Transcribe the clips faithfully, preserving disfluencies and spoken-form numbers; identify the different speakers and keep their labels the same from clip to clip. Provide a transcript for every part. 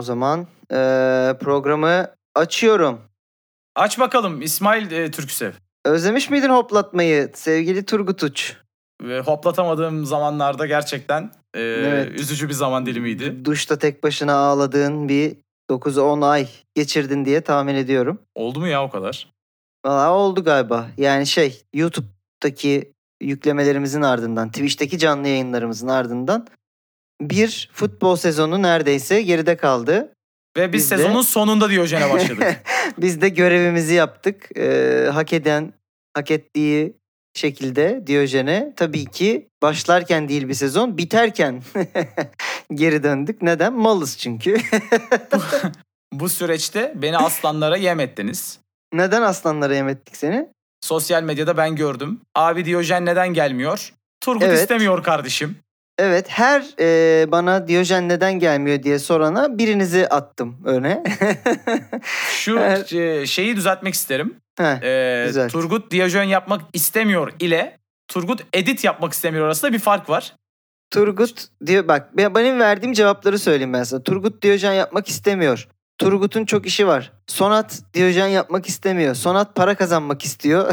Speaker 1: zaman e, programı açıyorum.
Speaker 2: Aç bakalım İsmail e, Türküsev.
Speaker 1: Özlemiş miydin hoplatmayı sevgili Turgut Uç?
Speaker 2: Ve hoplatamadığım zamanlarda gerçekten e,
Speaker 1: Evet.
Speaker 2: üzücü bir zaman dilimiydi.
Speaker 1: Duşta tek başına ağladığın bir dokuz on ay geçirdin diye tahmin ediyorum.
Speaker 2: Oldu mu ya o kadar?
Speaker 1: Valla oldu galiba. Yani şey YouTube'daki yüklemelerimizin ardından, Twitch'teki canlı yayınlarımızın ardından bir futbol sezonu neredeyse geride kaldı.
Speaker 2: Ve biz,
Speaker 1: Biz de-
Speaker 2: sezonun sonunda Diyojen'e başladık.
Speaker 1: Biz de görevimizi yaptık. Ee, hak eden, hak ettiği şekilde Diyojen'e tabii ki başlarken değil bir sezon, biterken geri döndük. Neden? Malız çünkü.
Speaker 2: Bu süreçte beni aslanlara yem ettiniz.
Speaker 1: Neden aslanlara yem ettik seni?
Speaker 2: Sosyal medyada ben gördüm. Abi Diyojen neden gelmiyor? Turgut
Speaker 1: Evet.
Speaker 2: istemiyor kardeşim.
Speaker 1: Evet, her e, bana Diyojen neden gelmiyor diye sorana birinizi attım öne.
Speaker 2: Şu
Speaker 1: Evet.
Speaker 2: e, şeyi düzeltmek isterim.
Speaker 1: Heh,
Speaker 2: Ee,
Speaker 1: Düzelt.
Speaker 2: Turgut Diyojen yapmak istemiyor ile Turgut edit yapmak istemiyor arasında bir fark var.
Speaker 1: Turgut diyor bak ben- benim verdiğim cevapları söyleyeyim ben sana. Turgut Diyojen yapmak istemiyor. Turgut'un çok işi var. Sonat Diyojen yapmak istemiyor. Sonat para kazanmak istiyor.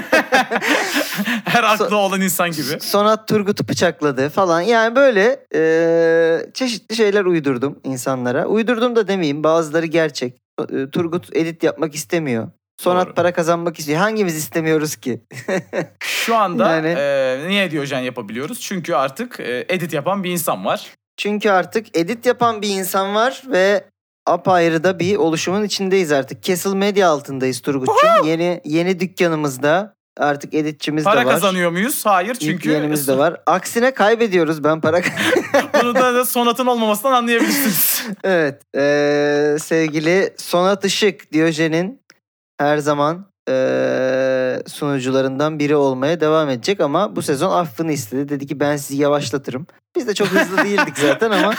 Speaker 2: Her aklı olan insan gibi.
Speaker 1: Sonat Turgut'u bıçakladı falan. Yani böyle e, çeşitli şeyler uydurdum insanlara. Uydurdum da demeyeyim. Bazıları gerçek. E, Turgut edit yapmak istemiyor. Sonat
Speaker 2: Doğru.
Speaker 1: para kazanmak istiyor. Hangimiz istemiyoruz ki?
Speaker 2: Şu anda
Speaker 1: Yani-
Speaker 2: e, niye Diyojen yapabiliyoruz? Çünkü artık e, edit yapan bir insan var.
Speaker 1: Çünkü artık edit yapan bir insan var ve apayrı da bir oluşumun içindeyiz artık. Castle Media altındayız Turgut'cum. Yeni yeni dükkanımızda artık editçimiz
Speaker 2: Para
Speaker 1: de var.
Speaker 2: kazanıyor muyuz? Hayır, çünkü
Speaker 1: Yükleyenimiz de var. Aksine kaybediyoruz. Ben para
Speaker 2: bunu da, da Sonat'ın olmamasından anlayabilirsiniz.
Speaker 1: Evet. eee, sevgili Sonat Işık Diyojen'in her zaman eee, sunucularından biri olmaya devam edecek ama bu sezon affını istedi. Dedi ki ben sizi yavaşlatırım. Biz de çok hızlı değildik zaten ama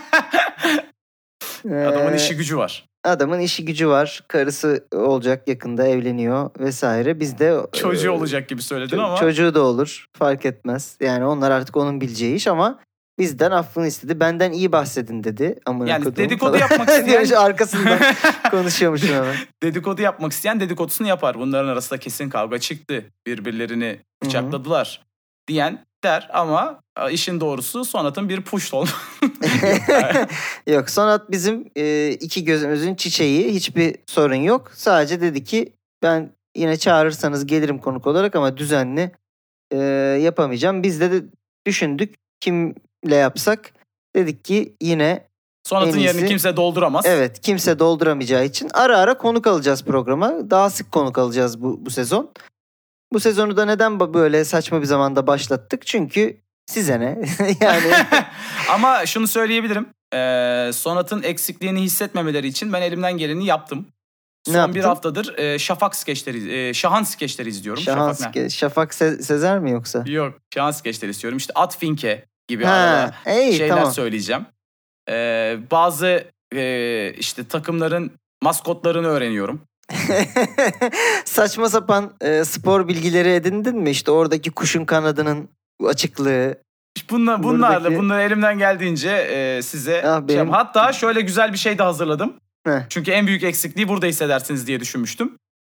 Speaker 2: Adamın
Speaker 1: eee,
Speaker 2: işi gücü var.
Speaker 1: adamın işi gücü var. Karısı olacak, yakında evleniyor vesaire. Biz de
Speaker 2: Çocuğu
Speaker 1: eee,
Speaker 2: olacak gibi söyledin
Speaker 1: ço-
Speaker 2: ama.
Speaker 1: çocuğu da olur. Fark etmez. Yani onlar artık onun bileceği iş ama bizden affını istedi. Benden iyi bahsedin dedi. Amına
Speaker 2: Yani
Speaker 1: koduğum
Speaker 2: dedikodu
Speaker 1: falan.
Speaker 2: yapmak isteyen-
Speaker 1: Diyormuş, arkasından konuşuyormuşum hemen.
Speaker 2: Dedikodu yapmak isteyen dedikodusunu yapar. Bunların arasında kesin kavga çıktı. Birbirlerini bıçakladılar diyen der ama e, işin doğrusu Sonat'ın bir push oldu.
Speaker 1: Yok, Sonat bizim e, iki gözümüzün çiçeği. Hiçbir sorun yok. Sadece dedi ki ben yine çağırırsanız gelirim konuk olarak ama düzenli e, yapamayacağım. Biz de, de düşündük kimle yapsak. Dedik ki yine
Speaker 2: Sonat'ın
Speaker 1: En iyisi-
Speaker 2: yerini kimse dolduramaz.
Speaker 1: evet, kimse dolduramayacağı için ara ara konuk alacağız programa. Daha sık konuk alacağız bu, bu sezon. Bu sezonu da neden ba- böyle saçma bir zamanda başlattık? Çünkü size ne? Yani
Speaker 2: Ama şunu söyleyebilirim. Ee, Sonat'ın eksikliğini hissetmemeleri için ben elimden geleni yaptım.
Speaker 1: Ne
Speaker 2: Son
Speaker 1: yaptın?
Speaker 2: bir haftadır e, Şafak skeçleri, e, Şahan skeçleri izliyorum.
Speaker 1: Şahan,
Speaker 2: Şafak ne?
Speaker 1: Ske- Şafak Se- Sezer mi yoksa?
Speaker 2: Yok, Şahan skeçleri istiyorum. İşte At Finke gibi
Speaker 1: Ha,
Speaker 2: arada
Speaker 1: iyi,
Speaker 2: şeyler
Speaker 1: tamam.
Speaker 2: söyleyeceğim. Ee, bazı e, işte takımların maskotlarını öğreniyorum.
Speaker 1: Saçma sapan e, spor bilgileri edindin mi? İşte oradaki kuşun kanadının açıklığı.
Speaker 2: Bunlar, bunlarla
Speaker 1: Buradaki-
Speaker 2: bunları elimden geldiğince e, size
Speaker 1: Ah,
Speaker 2: şey-
Speaker 1: benim-
Speaker 2: hatta şöyle güzel bir şey de hazırladım.
Speaker 1: Heh.
Speaker 2: Çünkü en büyük eksikliği burada hissedersiniz diye düşünmüştüm.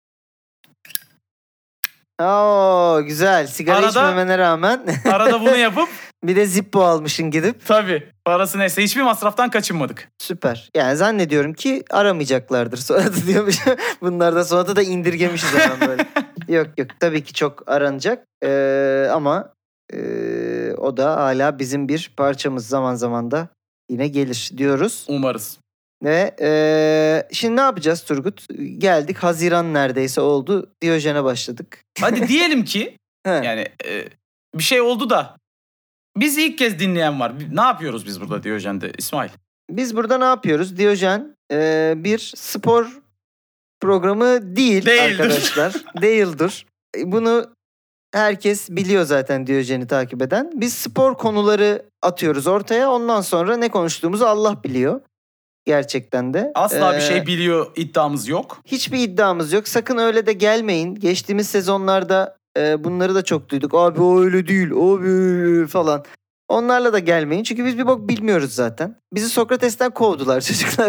Speaker 1: Oo, güzel. Sigara
Speaker 2: Arada-
Speaker 1: içmemene rağmen
Speaker 2: Arada bunu yapıp
Speaker 1: bir de Zippo almışsın gidip.
Speaker 2: tabii parası neyse hiçbir masraftan kaçınmadık.
Speaker 1: Süper. Yani zannediyorum ki aramayacaklardır. Sonat'ı diyormuş. Bunlar da Sonat'ı da indirgemişiz hemen böyle. Yok yok, tabii ki çok aranacak. Ee, ama ee, o da hala bizim bir parçamız, zaman zaman da yine gelir diyoruz.
Speaker 2: Umarız.
Speaker 1: Ve ee, şimdi ne yapacağız Turgut? Geldik, Haziran neredeyse oldu. Diyojen'e başladık.
Speaker 2: Hadi diyelim ki
Speaker 1: He.
Speaker 2: yani e, bir şey oldu da bizi ilk kez dinleyen var. Ne yapıyoruz biz burada Diyojen'de İsmail?
Speaker 1: Biz burada ne yapıyoruz? Diyojen ee, bir spor programı değil
Speaker 2: Değildir.
Speaker 1: arkadaşlar. Değildir. E, Bunu herkes biliyor zaten, Diyojen'i takip eden. Biz spor konuları atıyoruz ortaya. Ondan sonra ne konuştuğumuzu Allah biliyor. Gerçekten de.
Speaker 2: Asla bir
Speaker 1: Ee,
Speaker 2: şey biliyor iddiamız yok.
Speaker 1: Hiçbir iddiamız yok. Sakın öyle de gelmeyin. Geçtiğimiz sezonlarda e, bunları da çok duyduk. Abi o öyle değil. Abi falan. Onlarla da gelmeyin. Çünkü biz bir bok bilmiyoruz zaten. Bizi Sokrates'ten kovdular çocuklar.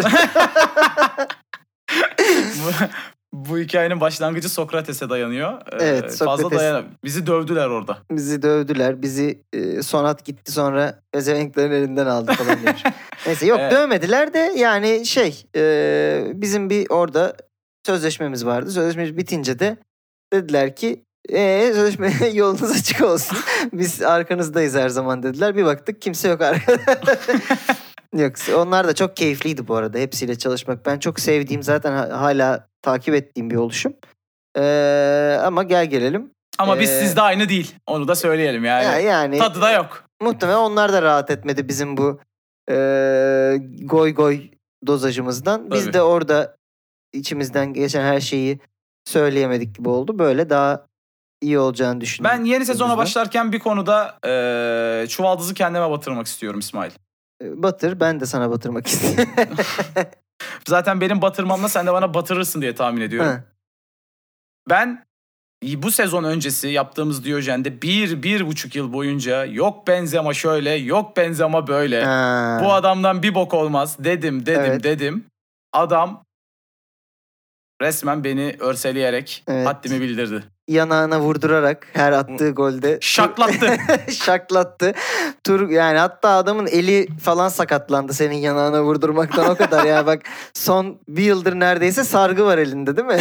Speaker 2: bu, bu hikayenin başlangıcı Sokrates'e dayanıyor. Ee,
Speaker 1: Evet, Sokrates.
Speaker 2: Fazla dayan. Bizi dövdüler orada.
Speaker 1: Bizi dövdüler. Bizi e, Sonat gitti sonra pezevenklerin elinden aldı falan demiş. Neyse yok
Speaker 2: Evet.
Speaker 1: dövmediler de yani şey e, bizim bir orada sözleşmemiz vardı. Sözleşmemiz bitince de dediler ki eee sözleşme yolunuz açık olsun. Biz arkanızdayız her zaman dediler. Bir baktık kimse yok arkada. Yok onlar da çok keyifliydi bu arada hepsiyle çalışmak. Ben çok sevdiğim zaten ha- hala takip ettiğim bir oluşum. Ee, ama gel gelelim.
Speaker 2: Ama biz
Speaker 1: Ee,
Speaker 2: sizde aynı değil. Onu da söyleyelim yani.
Speaker 1: Ya, yani
Speaker 2: Tadı da yok.
Speaker 1: muhtemelen onlar da rahat etmedi bizim bu ee, goy goy dozajımızdan. Biz
Speaker 2: Tabii.
Speaker 1: de orada içimizden geçen her şeyi söyleyemedik gibi oldu. Böyle daha iyi olacağını düşündüm.
Speaker 2: Ben yeni sezona
Speaker 1: yüzden.
Speaker 2: başlarken bir konuda e, çuvaldızı kendime batırmak istiyorum İsmail.
Speaker 1: Batır, ben de sana batırmak istiyorum.
Speaker 2: Zaten benim batırmamla sen de bana batırırsın diye tahmin ediyorum.
Speaker 1: Ha.
Speaker 2: Ben bu sezon öncesi yaptığımız Diyojen'de bir, bir buçuk yıl boyunca yok Benzema şöyle, yok Benzema böyle.
Speaker 1: Ha.
Speaker 2: Bu adamdan bir bok olmaz dedim, dedim,
Speaker 1: Evet.
Speaker 2: dedim. Adam resmen beni örseleyerek
Speaker 1: Evet.
Speaker 2: haddimi bildirdi.
Speaker 1: Yanağına vurdurarak her attığı golde
Speaker 2: Şaklattı.
Speaker 1: şaklattı. Tur yani hatta adamın eli falan sakatlandı senin yanağına vurdurmaktan o kadar ya bak son bir yıldır neredeyse sargı var elinde değil mi?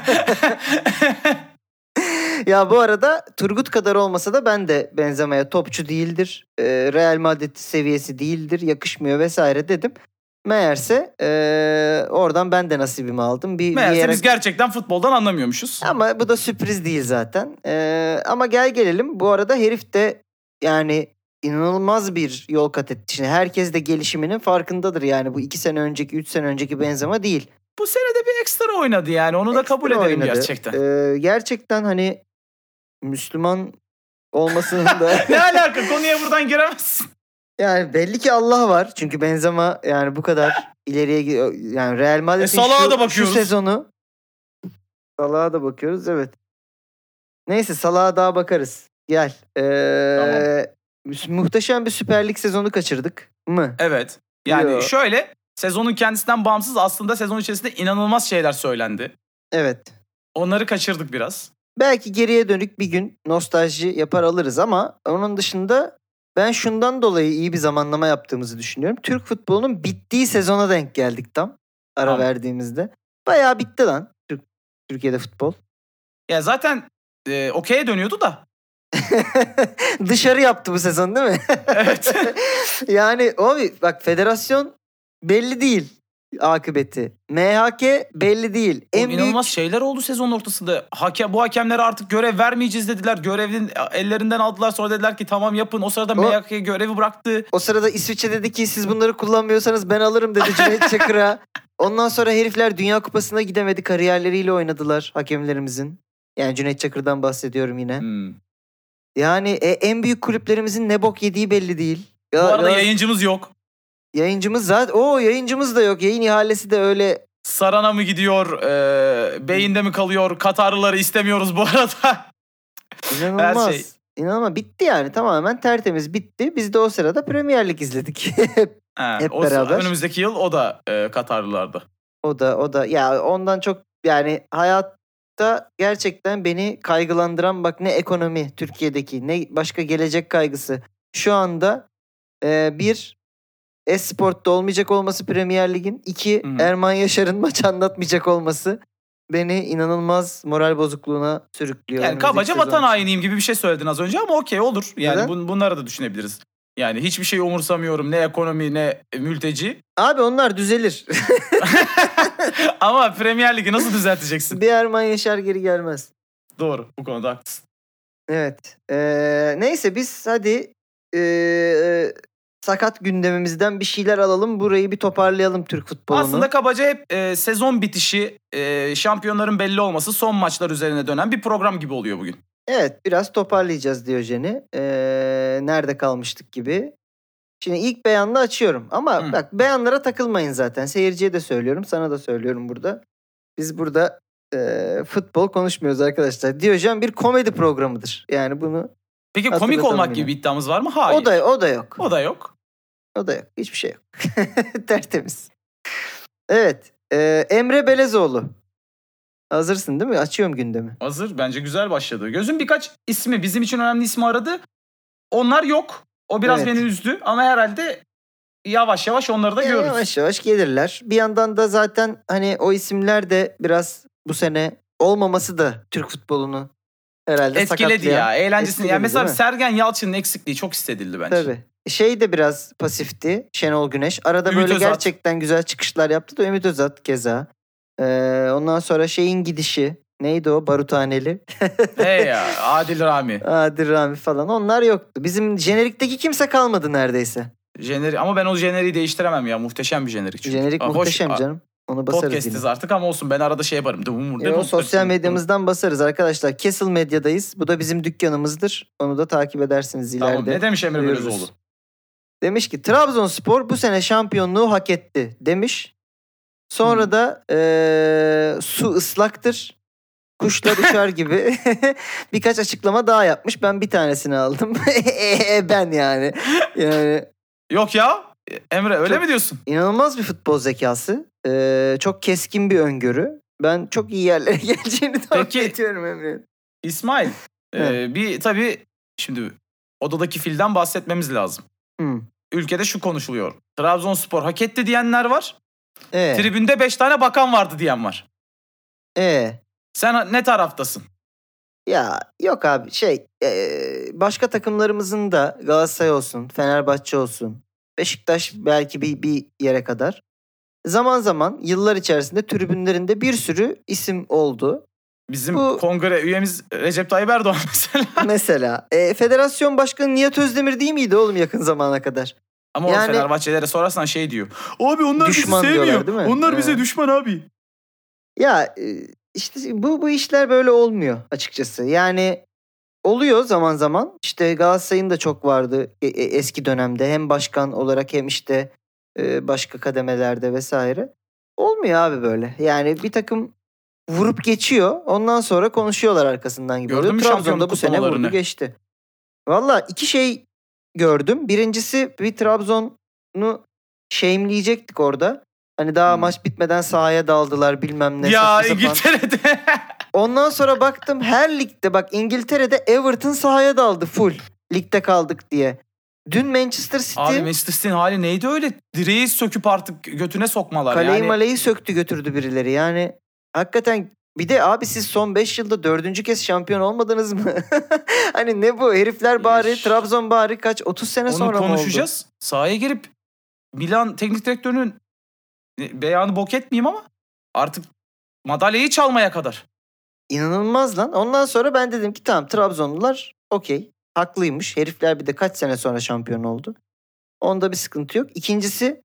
Speaker 1: Ya bu arada Turgut kadar olmasa da ben de Benzema'ya topçu değildir. Ee, Real Madrid seviyesi değildir. Yakışmıyor vesaire dedim. Meğerse ee, oradan ben de nasibimi aldım. Bir,
Speaker 2: Meğerse
Speaker 1: bir yere...
Speaker 2: biz gerçekten futboldan anlamıyormuşuz.
Speaker 1: Ama bu da sürpriz değil zaten. Ee, ama gel gelelim. Bu arada herif de yani inanılmaz bir yol kat etti. Şimdi herkes de gelişiminin farkındadır yani. Bu iki sene önceki, üç sene önceki Benzema değil.
Speaker 2: Bu sene de bir ekstra oynadı yani. Onu da kabul
Speaker 1: Ekstra
Speaker 2: edelim
Speaker 1: oynadı.
Speaker 2: gerçekten.
Speaker 1: Ee, gerçekten hani Müslüman olmasının da...
Speaker 2: Ne alaka? Konuya buradan giremezsin.
Speaker 1: Yani belli ki Allah var. Çünkü Benzema yani bu kadar ileriye gidiyor. Yani Real Madrid'in
Speaker 2: E, Salah'a
Speaker 1: şu,
Speaker 2: da
Speaker 1: şu
Speaker 2: bakıyoruz.
Speaker 1: sezonu. Salah'a da bakıyoruz evet. Neyse Salah'a daha bakarız. Gel. Ee, Muhteşem bir Süper Lig sezonu kaçırdık mı?
Speaker 2: Evet. Yani
Speaker 1: Yo.
Speaker 2: şöyle sezonun kendisinden bağımsız aslında sezon içerisinde inanılmaz şeyler söylendi.
Speaker 1: Evet.
Speaker 2: Onları kaçırdık biraz.
Speaker 1: Belki geriye dönük bir gün nostalji yapar alırız ama onun dışında ben şundan dolayı iyi bir zamanlama yaptığımızı düşünüyorum. Türk futbolunun bittiği sezona denk geldik tam ara
Speaker 2: Tamam.
Speaker 1: verdiğimizde. Bayağı bitti lan Türk, Türkiye'de futbol.
Speaker 2: Ya zaten e, okey'e dönüyordu da.
Speaker 1: Dışarı yaptı bu sezon değil mi?
Speaker 2: Evet.
Speaker 1: Yani abi bak federasyon belli değil akıbeti. M H K belli değil.
Speaker 2: En
Speaker 1: En büyük
Speaker 2: inanılmaz şeyler oldu sezon ortasında. Hakem, bu hakemlere artık görev vermeyeceğiz dediler. Görevin ellerinden aldılar. Sonra dediler ki tamam yapın. O sırada
Speaker 1: O-
Speaker 2: M H K görevi bıraktı.
Speaker 1: o sırada İsviçre dedi ki siz bunları kullanmıyorsanız ben alırım dedi Cüneyt Çakır'a. Ondan sonra herifler Dünya Kupası'na gidemedi. Kariyerleriyle oynadılar hakemlerimizin. Yani Cüneyt Çakır'dan bahsediyorum yine.
Speaker 2: Hmm.
Speaker 1: Yani e, en büyük kulüplerimizin ne bok yediği belli değil. Ya,
Speaker 2: Bu arada
Speaker 1: ya-
Speaker 2: yayıncımız yok.
Speaker 1: Yayıncımız zaten... O yayıncımız da yok. Yayın ihalesi de öyle...
Speaker 2: Sarana mı gidiyor? E, beyinde mi kalıyor? Katarlıları istemiyoruz bu arada.
Speaker 1: İnanılmaz.
Speaker 2: Her şey.
Speaker 1: İnanılmaz. Bitti yani. Tamamen tertemiz bitti. Biz de o sırada Premier Lig izledik.
Speaker 2: Ha,
Speaker 1: Hep
Speaker 2: o,
Speaker 1: beraber.
Speaker 2: Önümüzdeki yıl o da e, Katarlılardı.
Speaker 1: o da o da ya ondan çok yani hayatta gerçekten beni kaygılandıran bak ne ekonomi Türkiye'deki ne başka gelecek kaygısı. Şu anda e, bir Esport'ta olmayacak olması Premier Lig'in. iki
Speaker 2: Hı hı.
Speaker 1: Erman Yaşar'ın maç anlatmayacak olması beni inanılmaz moral bozukluğuna sürüklüyor.
Speaker 2: Yani
Speaker 1: önümüzdeki
Speaker 2: kabaca
Speaker 1: sezon
Speaker 2: vatan
Speaker 1: için.
Speaker 2: hainiyim gibi bir şey söyledin az önce ama okey olur. Yani
Speaker 1: Neden?
Speaker 2: bun, bunları da düşünebiliriz. Yani hiçbir şey umursamıyorum. Ne ekonomi ne mülteci.
Speaker 1: Abi onlar düzelir.
Speaker 2: Ama Premier Ligi nasıl düzelteceksin?
Speaker 1: Bir Erman Yaşar geri gelmez.
Speaker 2: Doğru. Bu konuda haklısın.
Speaker 1: Evet. Ee, neyse biz hadi ee, sakat gündemimizden bir şeyler alalım. Burayı bir toparlayalım Türk futbolunu.
Speaker 2: Aslında kabaca hep e, sezon bitişi, e, şampiyonların belli olması, son maçlar üzerine dönen bir program gibi oluyor bugün.
Speaker 1: Evet biraz toparlayacağız Diyojen'i. Ee, nerede kalmıştık gibi. Şimdi ilk beyanla açıyorum. Ama
Speaker 2: Hı.
Speaker 1: bak beyanlara takılmayın zaten. Seyirciye de söylüyorum. Sana da söylüyorum burada. Biz burada e, futbol konuşmuyoruz arkadaşlar. Diyojen bir komedi programıdır. Yani bunu
Speaker 2: Peki komik
Speaker 1: Hatırlatalım
Speaker 2: olmak
Speaker 1: yine.
Speaker 2: gibi bir iddiamız var mı? Hayır.
Speaker 1: O da o da yok.
Speaker 2: O da yok.
Speaker 1: O da yok. Hiçbir şey yok. Tertemiz. Evet. e, Emre Belezoğlu. Hazırsın değil mi? Açıyorum gündemi.
Speaker 2: Hazır. Bence güzel başladı. Gözüm birkaç ismi, bizim için önemli ismi aradı. Onlar yok. O biraz
Speaker 1: Evet.
Speaker 2: beni üzdü ama herhalde yavaş yavaş onları da
Speaker 1: Ya,
Speaker 2: görürüz.
Speaker 1: yavaş yavaş gelirler. Bir yandan da zaten hani o isimler de biraz bu sene olmaması da Türk futbolunu herhalde
Speaker 2: Etkiledi
Speaker 1: sakatlayan.
Speaker 2: ya. Eğlencesini.
Speaker 1: Etkiledi,
Speaker 2: Yani mesela
Speaker 1: değil mi?
Speaker 2: Sergen Yalçın'ın eksikliği çok hissedildi bence.
Speaker 1: Tabii. Şey de biraz pasifti. Şenol Güneş. Arada
Speaker 2: Ümit
Speaker 1: böyle
Speaker 2: Özat.
Speaker 1: gerçekten güzel çıkışlar yaptı da Ümit Özat keza. Ee, ondan sonra şeyin gidişi. Neydi o? Barutaneli.
Speaker 2: Hey ya. Adil Rami.
Speaker 1: Adil Rami falan. Onlar yoktu. Bizim jenerikteki kimse kalmadı neredeyse.
Speaker 2: Jeneri ama ben o jeneriği değiştiremem ya. Muhteşem bir jenerik çünkü.
Speaker 1: Jenerik
Speaker 2: Aa, hoş-
Speaker 1: muhteşem
Speaker 2: Aa,
Speaker 1: canım. Onu basarız
Speaker 2: Podcast'iz
Speaker 1: yine.
Speaker 2: artık ama olsun. Ben arada şey yaparım. Dumur,
Speaker 1: E,
Speaker 2: dumur,
Speaker 1: o sosyal
Speaker 2: dumur.
Speaker 1: medyamızdan basarız arkadaşlar. Castle Medya'dayız. Bu da bizim dükkanımızdır. Onu da takip edersiniz ileride.
Speaker 2: Tamam. Ne demiş Emre
Speaker 1: duyururuz.
Speaker 2: Belözoğlu?
Speaker 1: Demiş ki Trabzonspor bu sene şampiyonluğu hak etti demiş. Sonra
Speaker 2: Hmm.
Speaker 1: da eee, su ıslaktır. Kuşlar uçar gibi birkaç açıklama daha yapmış. Ben bir tanesini aldım. E, ben yani. Yani
Speaker 2: Yok ya. Emre öyle
Speaker 1: Çok-
Speaker 2: mi diyorsun?
Speaker 1: inanılmaz bir futbol zekası. Eee, çok keskin bir öngörü. Ben çok iyi yerlere geleceğini tahmin
Speaker 2: Peki.
Speaker 1: ediyorum Emre.
Speaker 2: İsmail.
Speaker 1: Evet.
Speaker 2: e, bir tabii şimdi odadaki filden bahsetmemiz lazım.
Speaker 1: Hmm.
Speaker 2: Ülkede şu konuşuluyor. Trabzonspor hak etti diyenler var.
Speaker 1: E,
Speaker 2: Tribünde beş tane bakan vardı diyen var.
Speaker 1: e.
Speaker 2: Sen ne taraftasın?
Speaker 1: Ya yok abi şey e, başka takımlarımızın da Galatasaray olsun, Fenerbahçe olsun, Beşiktaş belki bir, bir yere kadar zaman zaman yıllar içerisinde tribünlerinde bir sürü isim oldu.
Speaker 2: Bizim
Speaker 1: Bu-
Speaker 2: kongre üyemiz Recep Tayyip Erdoğan mesela.
Speaker 1: Mesela e, Federasyon Başkanı Nihat Özdemir değil miydi oğlum yakın zamana kadar?
Speaker 2: Ama
Speaker 1: Yani-
Speaker 2: o Fenerbahçelilere sorarsan şey diyor. Abi onlar
Speaker 1: Düşman
Speaker 2: bizi
Speaker 1: diyorlar,
Speaker 2: sevmiyor.
Speaker 1: değil mi?
Speaker 2: Onlar
Speaker 1: He.
Speaker 2: bize düşman abi.
Speaker 1: Ya e, işte bu bu işler böyle olmuyor açıkçası. Yani oluyor zaman zaman. İşte Galatasaray'ın da çok vardı e- e- eski dönemde. Hem başkan olarak hem işte e, başka kademelerde vesaire. Olmuyor abi böyle. Yani bir takım vurup geçiyor. Ondan sonra konuşuyorlar arkasından gibi.
Speaker 2: Gördün
Speaker 1: oluyor.
Speaker 2: mü
Speaker 1: Trabzon'da
Speaker 2: şampiyonluk
Speaker 1: bu sene vurdu
Speaker 2: kutlamalarını?
Speaker 1: geçti. Valla iki şey gördüm. Birincisi bir Trabzon'u shame'leyecektik orada. Hani daha
Speaker 2: Hmm.
Speaker 1: maç bitmeden sahaya daldılar bilmem ne.
Speaker 2: Ya
Speaker 1: saçma sapan.
Speaker 2: İngiltere'de.
Speaker 1: Ondan sonra baktım her ligde bak İngiltere'de Everton sahaya daldı full. Ligde kaldık diye. Dün Manchester City
Speaker 2: Abi Manchester City'nin hali neydi öyle? Direği söküp artık götüne sokmalar.
Speaker 1: kaleyi
Speaker 2: yani.
Speaker 1: maleyi söktü götürdü birileri. Yani hakikaten bir de abi siz son beş yılda dördüncü kez şampiyon olmadınız mı? Hani ne bu herifler bari
Speaker 2: Eş.
Speaker 1: Trabzon bari kaç otuz sene
Speaker 2: Onu
Speaker 1: sonra mı oldu?
Speaker 2: konuşacağız. Sahaya girip Milan teknik direktörünün beyanı bok etmeyeyim ama artık madalyayı çalmaya kadar.
Speaker 1: İnanılmaz lan. Ondan sonra ben dedim ki tamam Trabzonlular okey. Haklıymış. Herifler bir de kaç sene sonra şampiyon oldu. Onda bir sıkıntı yok. İkincisi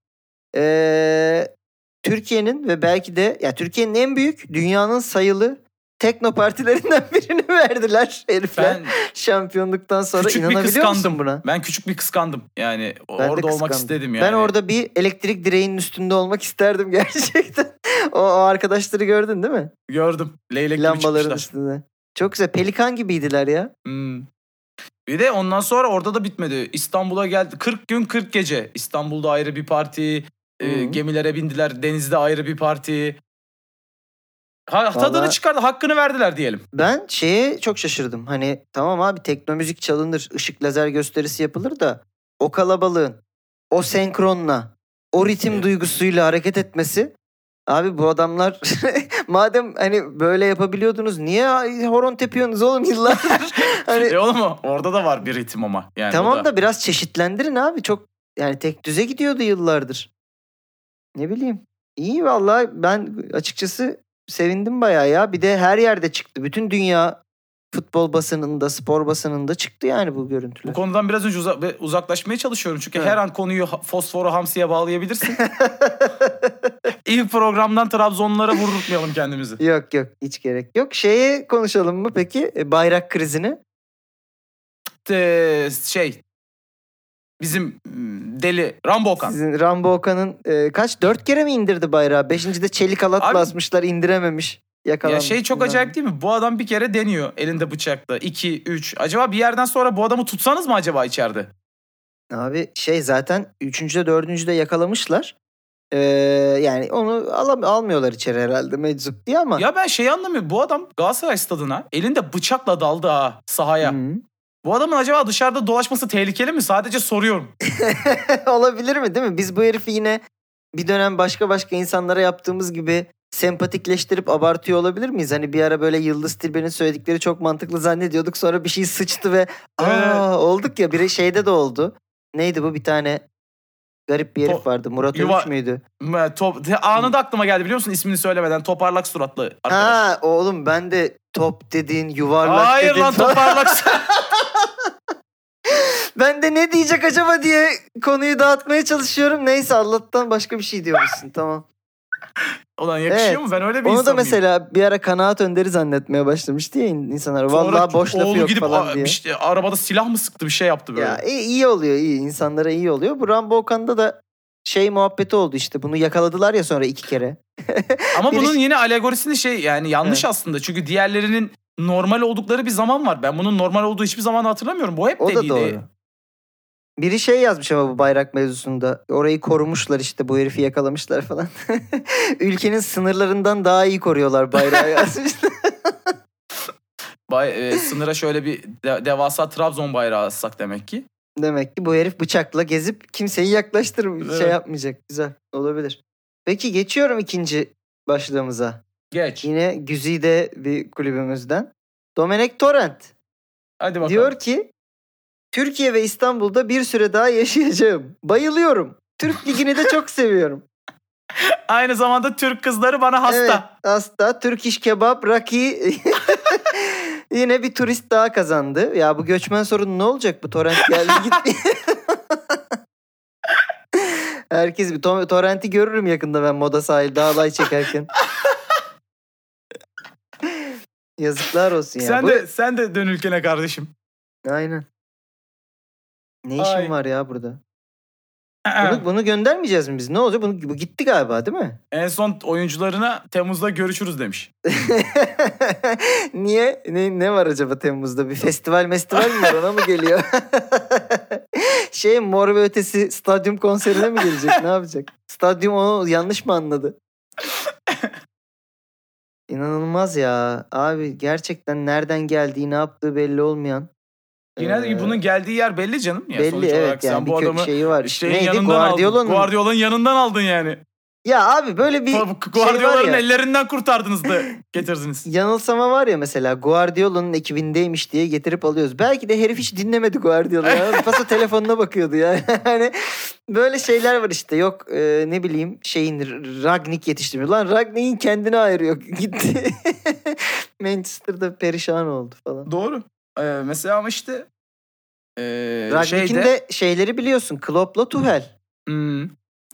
Speaker 1: ee, Türkiye'nin ve belki de ya Türkiye'nin en büyük dünyanın sayılı tekno partilerinden birini verdiler herifler.
Speaker 2: Ben
Speaker 1: Şampiyonluktan sonra
Speaker 2: küçük bir
Speaker 1: inanabiliyor musun
Speaker 2: kıskandım.
Speaker 1: buna?
Speaker 2: Ben küçük bir kıskandım. Yani
Speaker 1: Ben de
Speaker 2: orada olmak
Speaker 1: kıskandım.
Speaker 2: istedim yani.
Speaker 1: Ben orada bir elektrik direğinin üstünde olmak isterdim gerçekten. o, o arkadaşları gördün değil mi?
Speaker 2: gördüm. Leylek gibi
Speaker 1: Lambaların
Speaker 2: çıkmışlar.
Speaker 1: üstünde. Çok güzel. Pelikan gibiydiler ya.
Speaker 2: Hmm. Bir de ondan sonra orada da bitmedi. İstanbul'a geldi. kırk gün kırk gece. İstanbul'da ayrı bir parti. e,
Speaker 1: Hı.
Speaker 2: gemilere bindiler. Denizde ayrı bir parti. Ha, tadını
Speaker 1: Vallahi-
Speaker 2: çıkardı. Hakkını verdiler diyelim.
Speaker 1: Ben şeye çok şaşırdım. Hani tamam abi tekno müzik çalınır, ışık lazer gösterisi yapılır da o kalabalığın, o senkronla, o ritim
Speaker 2: Evet.
Speaker 1: duygusuyla hareket etmesi. Abi bu adamlar madem hani böyle yapabiliyordunuz niye horon tepiyorsunuz oğlum yıllardır? hani
Speaker 2: E oğlum o- orada da var bir ritim ama. Yani o
Speaker 1: tamam da biraz çeşitlendirin abi. Çok yani tek düze gidiyordu yıllardır. Ne bileyim. İyi vallahi ben açıkçası sevindim bayağı ya. Bir de her yerde çıktı. Bütün dünya futbol basınında, spor basınında çıktı yani bu görüntüler.
Speaker 2: Bu konudan biraz önce uza- uzaklaşmaya çalışıyorum. Çünkü
Speaker 1: Evet.
Speaker 2: her an konuyu ha- fosforu hamsiye bağlayabilirsin. İlk programdan Trabzonlulara vurdurtmayalım kendimizi.
Speaker 1: Yok yok hiç gerek yok. Şeyi konuşalım mı peki? E, Bayrak krizini.
Speaker 2: Ee, şey bizim mm, deli Rambo Okan.
Speaker 1: Sizin Rambo Okan'ın e, kaç? Dört kere mi indirdi bayrağı? Beşincide çelik halatla
Speaker 2: Abi-
Speaker 1: asmışlar indirememiş. Yakalanmış.
Speaker 2: Ya şey çok acayip değil mi? Bu adam bir kere deniyor elinde bıçakla. iki, üç. Acaba bir yerden sonra bu adamı tutsanız mı acaba içeride?
Speaker 1: Abi şey zaten üçüncüde dördüncüde yakalamışlar. Ee, yani onu alam almıyorlar içeri herhalde meczup diye ama.
Speaker 2: Ya ben şeyi anlamıyorum. Bu adam Galatasaray stadına elinde bıçakla daldı ha sahaya.
Speaker 1: Hı.
Speaker 2: Bu adamın acaba dışarıda dolaşması tehlikeli mi? Sadece soruyorum.
Speaker 1: Olabilir mi değil mi? Biz bu herifi yine bir dönem başka başka insanlara yaptığımız gibi sempatikleştirip abartıyor olabilir miyiz? Hani bir ara böyle Yıldız Tilbe'nin söyledikleri çok mantıklı zannediyorduk. Sonra bir şey sıçtı ve aa
Speaker 2: Evet.
Speaker 1: olduk ya. Biri şeyde de oldu. Neydi bu? Bir tane garip bir herif
Speaker 2: To-
Speaker 1: vardı. Murat
Speaker 2: Yuva-
Speaker 1: Övüç müydü?
Speaker 2: M- Top, anında aklıma geldi biliyor musun ismini söylemeden. Toparlak suratlı arkadaş.
Speaker 1: Ha oğlum ben de top dedin, yuvarlak
Speaker 2: Hayır
Speaker 1: dedin.
Speaker 2: lan
Speaker 1: falan.
Speaker 2: toparlak.
Speaker 1: Ben de ne diyecek acaba diye konuyu dağıtmaya çalışıyorum. Neyse Allah'tan başka bir şey diyormuşsun. Tamam.
Speaker 2: Ulan yakışıyor
Speaker 1: Evet.
Speaker 2: mu? Ben öyle bir
Speaker 1: Onu
Speaker 2: insan
Speaker 1: da
Speaker 2: mıyım?
Speaker 1: mesela bir ara kanaat önderi zannetmeye başlamış diye insanlar.
Speaker 2: Sonra
Speaker 1: Vallahi boş lafı
Speaker 2: oğlu
Speaker 1: yok
Speaker 2: gidip
Speaker 1: falan
Speaker 2: a-
Speaker 1: diye.
Speaker 2: bir şey- arabada silah mı sıktı bir şey yaptı böyle.
Speaker 1: Ya iyi, iyi oluyor iyi. İnsanlara iyi oluyor. Bu Rambo Okan'da da şey muhabbeti oldu işte. Bunu yakaladılar ya sonra iki kere.
Speaker 2: Ama
Speaker 1: Biri-
Speaker 2: bunun yeni alegorisini şey yani yanlış
Speaker 1: Evet.
Speaker 2: aslında. Çünkü diğerlerinin normal oldukları bir zaman var. Ben bunun normal olduğu hiçbir zaman hatırlamıyorum. Bu hep
Speaker 1: O da
Speaker 2: deliydi.
Speaker 1: doğru. Biri şey yazmış ama bu bayrak mevzusunda. Orayı korumuşlar işte bu herifi yakalamışlar falan. Ülkenin sınırlarından daha iyi koruyorlar bayrağı yazmışlar.
Speaker 2: Bay, e, sınıra şöyle bir de- devasa Trabzon bayrağı assak demek ki.
Speaker 1: Demek ki bu herif bıçakla gezip kimseyi yaklaştırmayacak,
Speaker 2: Evet.
Speaker 1: şey yapmayacak. Güzel, olabilir. Peki geçiyorum ikinci başlığımıza.
Speaker 2: Geç.
Speaker 1: Yine güzide bir kulübümüzden. Domenek Torrent
Speaker 2: Hadi bakalım.
Speaker 1: diyor ki Türkiye ve İstanbul'da bir süre daha yaşayacağım. Bayılıyorum. Türk Ligi'ni de çok seviyorum.
Speaker 2: Aynı zamanda Türk kızları bana hasta.
Speaker 1: Evet, hasta. Türk iş kebap, raki. Yine bir turist daha kazandı. Ya bu göçmen sorunu ne olacak? Bu torrent geldi gitti. Herkes bir to- torrenti görürüm yakında ben moda sahilde halay çekerken. Yazıklar olsun ya.
Speaker 2: Sen
Speaker 1: Bu-
Speaker 2: de sen de dön ülkene kardeşim.
Speaker 1: Aynen. Ne işin
Speaker 2: Ay.
Speaker 1: var ya burada? Bunu, bunu göndermeyeceğiz mi biz? Ne olacak? Bunu, bu gitti galiba değil mi?
Speaker 2: En son oyuncularına Temmuz'da görüşürüz demiş.
Speaker 1: Niye? Ne, ne var acaba Temmuz'da? Bir festival mestival mi var? Ona mı geliyor? şey Mor ve Ötesi stadyum konserine mi gelecek? Ne yapacak? Stadyum onu yanlış mı anladı? İnanılmaz ya. Abi gerçekten nereden geldiği, ne yaptığı belli olmayan.
Speaker 2: Yine de
Speaker 1: Ee,
Speaker 2: bunun geldiği yer belli canım. Ya
Speaker 1: belli
Speaker 2: sonuç olarak
Speaker 1: evet
Speaker 2: sen
Speaker 1: yani bir
Speaker 2: bu
Speaker 1: kö-
Speaker 2: adamı
Speaker 1: şeyi var.
Speaker 2: şeyin
Speaker 1: Neydi?
Speaker 2: yanından
Speaker 1: Guardiola'nın.
Speaker 2: aldın. Guardiola'nın yanından aldın yani.
Speaker 1: Ya abi böyle bir şey var
Speaker 2: Guardiola'nın
Speaker 1: ya.
Speaker 2: ellerinden kurtardınız da getirdiniz.
Speaker 1: Yanılsama var ya mesela Guardiola'nın ekibindeymiş diye getirip alıyoruz. Belki de herif hiç dinlemedi Guardiola'yı. Paso telefonuna bakıyordu yani. Hani böyle şeyler var işte. Yok e, ne bileyim şeyin Ragnik yetiştirmiyor. Lan Ragnik'in kendine ayırıyor. Gitti. Manchester'da perişan oldu falan.
Speaker 2: Doğru. Ee, mesela ama işte ee,
Speaker 1: Ragnik'in
Speaker 2: şeyde,
Speaker 1: de şeyleri biliyorsun. Klopp'la Tuchel.
Speaker 2: hmm,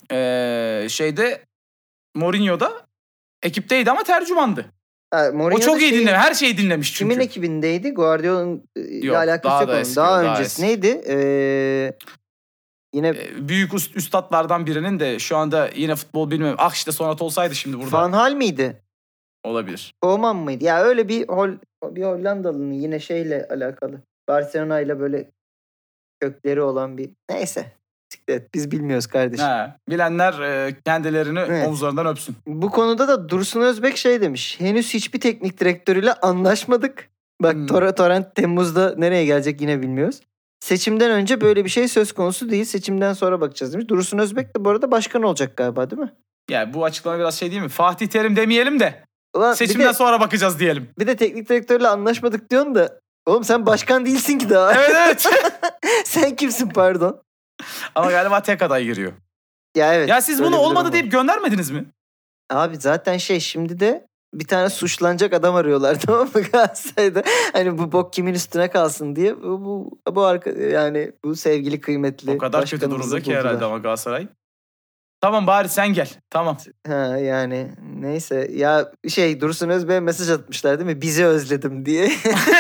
Speaker 2: ee, şeyde Mourinho'da ekipteydi ama tercümandı.
Speaker 1: Ha,
Speaker 2: O
Speaker 1: Mourinho
Speaker 2: çok
Speaker 1: da
Speaker 2: iyi
Speaker 1: şeyin-
Speaker 2: dinlemiş. Her şeyi dinlemiş çünkü.
Speaker 1: Kimin ekibindeydi? Guardiola'nın e, ile
Speaker 2: Yok,
Speaker 1: alakası
Speaker 2: daha
Speaker 1: yok
Speaker 2: da
Speaker 1: onun.
Speaker 2: eski,
Speaker 1: Daha,
Speaker 2: daha
Speaker 1: öncesi
Speaker 2: eski.
Speaker 1: neydi? Ee, yine
Speaker 2: Ee, büyük üst, üstadlardan birinin de şu anda yine futbol bilmiyorum. Ah işte Sonat olsaydı şimdi burada
Speaker 1: Van Hal miydi?
Speaker 2: olabilir.
Speaker 1: Koman mıydı? Ya öyle bir Hol bir Hollandalı'nın yine şeyle alakalı. Barcelona ile böyle kökleri olan bir neyse. Siklet, biz bilmiyoruz kardeşim.
Speaker 2: Ha, bilenler e, kendilerini
Speaker 1: Evet.
Speaker 2: omuzlarından öpsün.
Speaker 1: Bu konuda da Dursun Özbek şey demiş. Henüz hiçbir teknik direktörüyle anlaşmadık. Bak
Speaker 2: Hmm.
Speaker 1: Tor- Torrent Temmuz'da nereye gelecek yine bilmiyoruz. Seçimden önce böyle bir şey söz konusu değil. Seçimden sonra bakacağız demiş. Dursun Özbek de bu arada başkan olacak galiba değil mi?
Speaker 2: Yani bu açıklama biraz şey değil mi? Fatih Terim demeyelim de
Speaker 1: Ulan
Speaker 2: seçimden
Speaker 1: bir de,
Speaker 2: sonra bakacağız diyelim.
Speaker 1: bir de teknik direktörle anlaşmadık diyorsun da oğlum sen başkan değilsin ki daha.
Speaker 2: Evet evet.
Speaker 1: Sen kimsin pardon?
Speaker 2: Ama galiba tek aday giriyor.
Speaker 1: Ya evet.
Speaker 2: Ya siz
Speaker 1: öyle
Speaker 2: bunu
Speaker 1: bir durum
Speaker 2: olmadı
Speaker 1: var.
Speaker 2: deyip göndermediniz mi?
Speaker 1: Abi zaten şey şimdi de bir tane suçlanacak adam arıyorlar tamam mı Galatasaray'da? Hani bu bok kimin üstüne kalsın diye. Bu bu, bu arka yani bu sevgili kıymetli
Speaker 2: O kadar kötü
Speaker 1: başkanımızı
Speaker 2: durumda ki
Speaker 1: buldular.
Speaker 2: herhalde ama Galatasaray. Tamam bari sen gel. Tamam.
Speaker 1: Ha yani neyse ya şey Dursun Özbek'e mesaj atmışlar değil mi? Bizi özledim diye.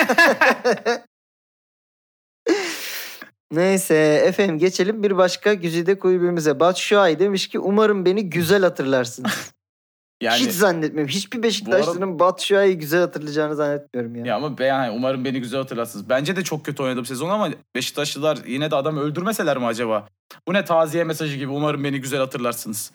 Speaker 1: Neyse efendim geçelim bir başka güzide kulübümüze. Batu Şuay demiş ki umarım beni güzel hatırlarsınız.
Speaker 2: Yani,
Speaker 1: Hiç zannetmiyorum. Hiçbir Beşiktaşlı'nın Batshuayi'yi güzel hatırlayacağını zannetmiyorum ya.
Speaker 2: Ya ama ben, umarım beni güzel hatırlarsınız. Bence de çok kötü oynadım sezon ama Beşiktaşlılar yine de adamı öldürmeseler mi acaba? Bu ne taziye mesajı gibi, umarım beni güzel hatırlarsınız.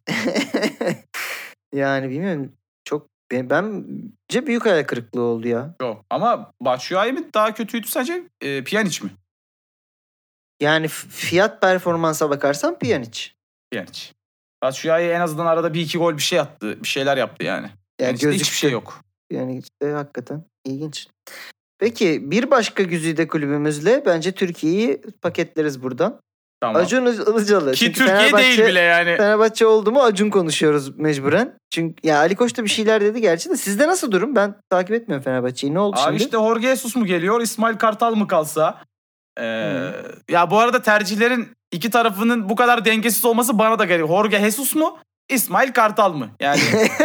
Speaker 1: Yani bilmiyorum. Çok ben, bence büyük hayal kırıklığı oldu ya.
Speaker 2: Yok ama Batshuayi mi daha kötüydü sence? E, Pjanic mi?
Speaker 1: Yani fiyat performansa bakarsan Pjanic.
Speaker 2: Pjanic. Batshuayi en azından arada bir iki gol bir şey attı. Bir şeyler yaptı yani. Yani işte hiçbir şey yok.
Speaker 1: Yani işte hakikaten ilginç. Peki bir başka güzide kulübümüzle bence Türkiye'yi paketleriz buradan.
Speaker 2: Tamam.
Speaker 1: Acun Ilıcalı.
Speaker 2: Ki Çünkü Türkiye değil bile yani.
Speaker 1: Fenerbahçe oldu mu Acun konuşuyoruz mecburen. Çünkü ya Ali Koç da bir şeyler dedi gerçi de. Sizde nasıl durum? Ben takip etmiyorum Fenerbahçe'yi. Ne oldu
Speaker 2: Abi
Speaker 1: şimdi?
Speaker 2: Abi işte Jorge Jesus mu geliyor? İsmail Kartal mı kalsa? Ee, hmm. Ya bu arada tercihlerin iki tarafının bu kadar dengesiz olması bana da geliyor. Jorge Jesus mu? İsmail Kartal mı? Yani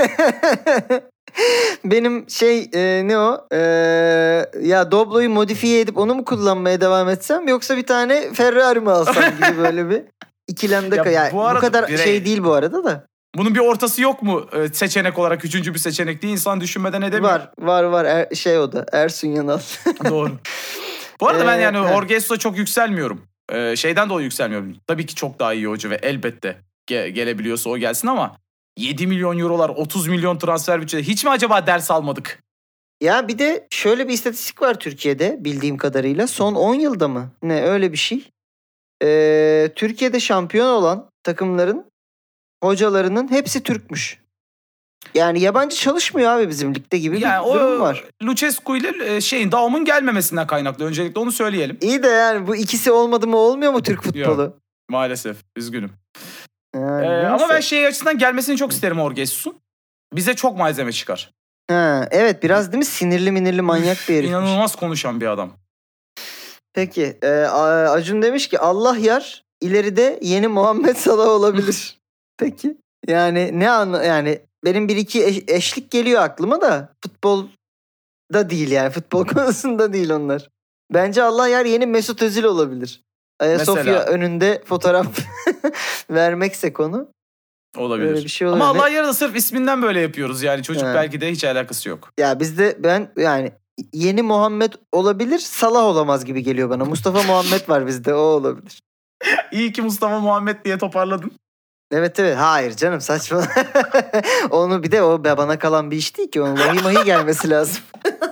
Speaker 1: benim şey e, ne o? E, ya Doblo'yu modifiye edip onu mu kullanmaya devam etsem yoksa bir tane Ferrari mi alsam gibi böyle bir ikilemde. Ya, yani bu, bu kadar birey, şey değil bu arada da.
Speaker 2: Bunun bir ortası yok mu seçenek olarak? Üçüncü bir seçenek değil. İnsan düşünmeden edemiyor.
Speaker 1: Var var var er, şey o da Ersun Yanal.
Speaker 2: Doğru. Bu arada ee, ben yani Jorge Jesus'a çok yükselmiyorum. Ee, şeyden dolayı yükselmiyorum. Tabii ki çok daha iyi hoca ve elbette ge- gelebiliyorsa o gelsin ama yedi milyon eurolar, otuz milyon transfer bütçede hiç mi acaba ders almadık?
Speaker 1: Ya bir de şöyle bir istatistik var Türkiye'de bildiğim kadarıyla. Son on yılda mı? Ne öyle bir şey. Ee, Türkiye'de şampiyon olan takımların hocalarının hepsi Türkmüş. Yani yabancı çalışmıyor abi bizim ligde gibi yani bir durum var.
Speaker 2: Lucescu ile şeyin Daum'un gelmemesinden kaynaklı. Öncelikle onu söyleyelim.
Speaker 1: İyi de yani bu ikisi olmadı mı olmuyor mu Türk futbolu?
Speaker 2: Yok, maalesef. Üzgünüm.
Speaker 1: Yani
Speaker 2: ee, ama ben şey açısından gelmesini çok isterim Jorge Jesus'un. Bize çok malzeme çıkar.
Speaker 1: Ha, evet biraz değil mi? Sinirli minirli manyak bir herif.
Speaker 2: İnanılmaz konuşan bir adam.
Speaker 1: Peki. E, Acun demiş ki Allah yar ileride yeni Muhammed Salah olabilir. Peki. Yani ne anla yani benim bir iki eş, eşlik geliyor aklıma da futbol da değil yani. Futbol konusunda değil onlar. Bence Allah yar yeni Mesut Özil olabilir. Ayasofya önünde fotoğraf vermekse konu.
Speaker 2: Olabilir. Öyle bir şey olabilir. Ama Allah yarı da sırf isminden böyle yapıyoruz yani. Çocuk yani. Belki de hiç alakası yok.
Speaker 1: Ya bizde ben yani yeni Muhammed olabilir, Salah olamaz gibi geliyor bana. Mustafa Muhammed var bizde, o olabilir.
Speaker 2: İyi ki Mustafa Muhammed diye toparladın.
Speaker 1: Evet evet. Hayır canım saçma. Onu bir de o bana kalan bir iş değil ki. Onun vahiy mahiy gelmesi lazım.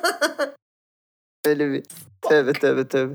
Speaker 1: Öyle bir. Tövbe tövbe tövbe.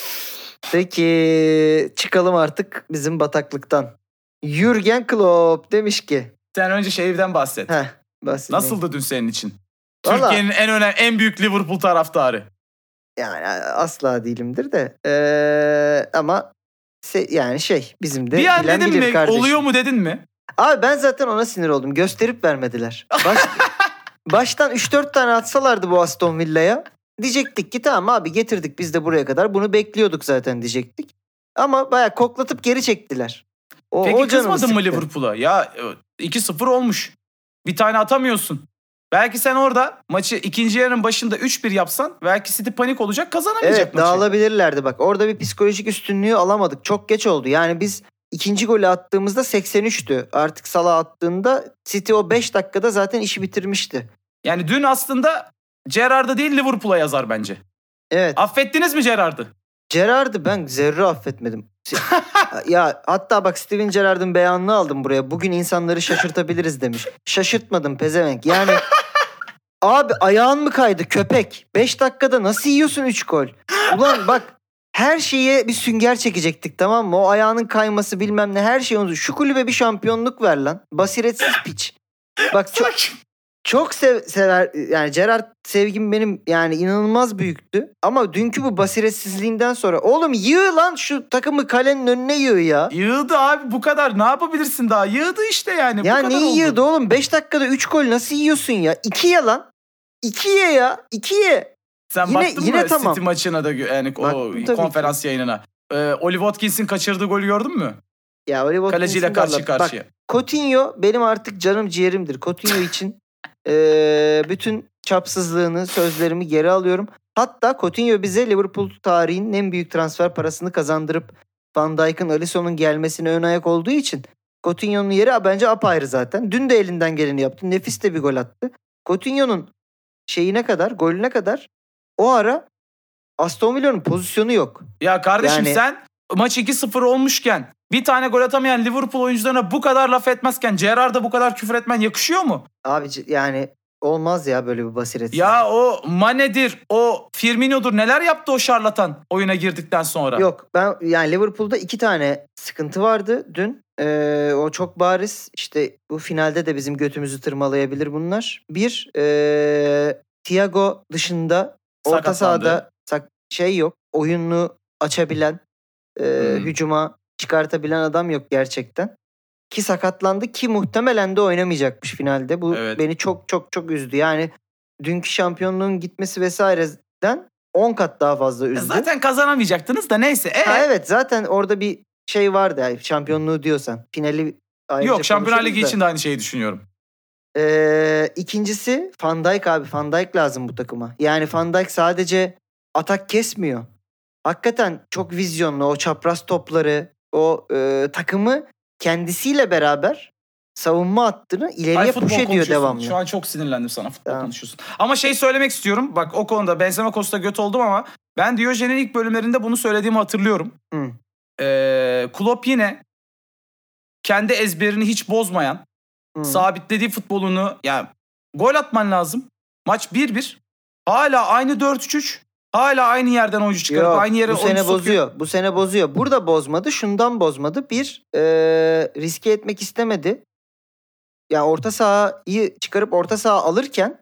Speaker 1: Peki çıkalım artık bizim bataklıktan. Jürgen Klopp demiş ki.
Speaker 2: Sen önce şeyden bahset.
Speaker 1: Heh, bahsedeyim.
Speaker 2: Nasıldı dün senin için? Vallahi, Türkiye'nin en önemli, en büyük Liverpool taraftarı.
Speaker 1: Yani asla değilimdir de. Ee, ama se- yani şey bizim de
Speaker 2: bir an bilen bilir mi, kardeşim. Oluyor mu dedin mi?
Speaker 1: Abi ben zaten ona sinir oldum. Gösterip vermediler. Baş, baştan üç dört tane atsalardı bu Aston Villa'ya. Diyecektik ki tamam abi getirdik biz de buraya kadar. Bunu bekliyorduk zaten diyecektik. Ama bayağı koklatıp geri çektiler.
Speaker 2: O, Peki o kızmadın mı Liverpool'a? Ya iki sıfır olmuş. Bir tane atamıyorsun. Belki sen orada maçı ikinci yarının başında üç bir yapsan belki City panik olacak, kazanamayacak
Speaker 1: evet,
Speaker 2: maçı.
Speaker 1: Evet dağılabilirlerdi bak. Orada bir psikolojik üstünlüğü alamadık. Çok geç oldu. Yani biz ikinci golü attığımızda seksen üçtü. Artık Salah attığında City o beş dakikada zaten işi bitirmişti.
Speaker 2: Yani dün aslında Gerrard'ı değil Liverpool'a yazar bence.
Speaker 1: Evet.
Speaker 2: Affettiniz mi Gerrard'ı?
Speaker 1: Gerrard'ı ben zerre affetmedim. Ya hatta bak Steven Gerrard'ın beyanını aldım buraya. Bugün insanları şaşırtabiliriz demiş. Şaşırtmadım pezevenk. Yani abi ayağın mı kaydı köpek? beş dakikada nasıl yiyorsun üç gol? Ulan bak her şeye bir sünger çekecektik tamam mı? O ayağının kayması bilmem ne her şey onu. Şu kulübe bir şampiyonluk ver lan. Basiretsiz piç. Bak çok çok sev, sever yani Gerrard sevgim benim yani inanılmaz büyüktü. Ama dünkü bu basiretsizliğinden sonra oğlum yığ lan şu takımı kalenin önüne yığ ya.
Speaker 2: Yığdı abi bu kadar ne yapabilirsin daha? Yığdı işte yani.
Speaker 1: Ya
Speaker 2: bu kadar
Speaker 1: neyi yığdı oğlum? beş dakikada üç gol nasıl yiyorsun ya? iki ye lan. iki ye ya. iki ye.
Speaker 2: Sen yine, baktın yine mı tamam. City maçına da yani baktım, o konferans ki. Yayınına? Ee, Oli Watkins'in kaçırdığı golü gördün mü?
Speaker 1: Ya Oli Watkins'in
Speaker 2: kaleciyle karşı karşıya.
Speaker 1: Bak Coutinho benim artık canım ciğerimdir. Coutinho için e, bütün çapsızlığını, sözlerimi geri alıyorum. Hatta Coutinho bize Liverpool tarihinin en büyük transfer parasını kazandırıp Van Dijk'ın, Alisson'un gelmesine ön ayak olduğu için Coutinho'nun yeri bence apayrı zaten. Dün de elinden geleni yaptı. Nefis de bir gol attı. Coutinho'nun şeyine kadar, golüne kadar o ara Aston Villa'nın pozisyonu yok.
Speaker 2: Ya kardeşim
Speaker 1: Yani-
Speaker 2: sen maç iki sıfır olmuşken bir tane gol atamayan Liverpool oyuncularına bu kadar laf etmezken Gerrard'a bu kadar küfür etmen yakışıyor mu?
Speaker 1: Abi c- yani olmaz ya böyle bir basiret.
Speaker 2: Ya o Mane'dir, o Firmino'dur, neler yaptı o şarlatan oyuna girdikten sonra?
Speaker 1: Yok ben yani Liverpool'da iki tane sıkıntı vardı dün. Ee, o çok bariz. İşte bu finalde de bizim götümüzü tırmalayabilir bunlar. Bir, ee, Thiago dışında orta
Speaker 2: Sakatlandı.
Speaker 1: sahada sak- şey yok. Oyununu açabilen, ee,
Speaker 2: Hmm.
Speaker 1: hücuma çıkartabilen adam yok gerçekten. Ki sakatlandı ki muhtemelen de oynamayacakmış finalde. Bu
Speaker 2: Evet.
Speaker 1: beni çok çok çok üzdü. Yani dünkü şampiyonluğun gitmesi vesaireden on kat daha fazla
Speaker 2: Ya
Speaker 1: üzdü.
Speaker 2: zaten kazanamayacaktınız da neyse. Ee?
Speaker 1: Ha evet zaten orada bir şey vardı yani şampiyonluğu diyorsan. Finali ayrıca
Speaker 2: Yok, Şampiyonlar Ligi
Speaker 1: konuşuruz da.
Speaker 2: için de aynı şeyi düşünüyorum.
Speaker 1: Ee, ikincisi Van Dijk abi. Van Dijk lazım bu takıma. Yani Van Dijk sadece atak kesmiyor. Hakikaten çok vizyonlu. O çapraz topları, o e, takımı kendisiyle beraber savunma hattını ileriye
Speaker 2: Ay, futbol
Speaker 1: push ediyor
Speaker 2: konuşuyorsun.
Speaker 1: devamlı.
Speaker 2: Şu an çok sinirlendim sana, futbol
Speaker 1: Tamam.
Speaker 2: konuşuyorsun. Ama şey söylemek istiyorum. Bak o konuda Benzema Costa göt oldum ama ben Diyojen'in ilk bölümlerinde bunu söylediğimi hatırlıyorum.
Speaker 1: Hı.
Speaker 2: Ee, Klopp yine kendi ezberini hiç bozmayan,
Speaker 1: Hı.
Speaker 2: sabitlediği futbolunu, yani gol atman lazım. Maç bir bir. Hala aynı dört üç üç. Hala aynı yerden oyuncu çıkarıp
Speaker 1: Yok,
Speaker 2: aynı yere
Speaker 1: bu
Speaker 2: oyuncu
Speaker 1: sene
Speaker 2: sokuyor.
Speaker 1: bozuyor. Bu sene bozuyor. Burada bozmadı. Şundan bozmadı. Bir, e, riske etmek istemedi. Yani orta sahayı çıkarıp orta saha alırken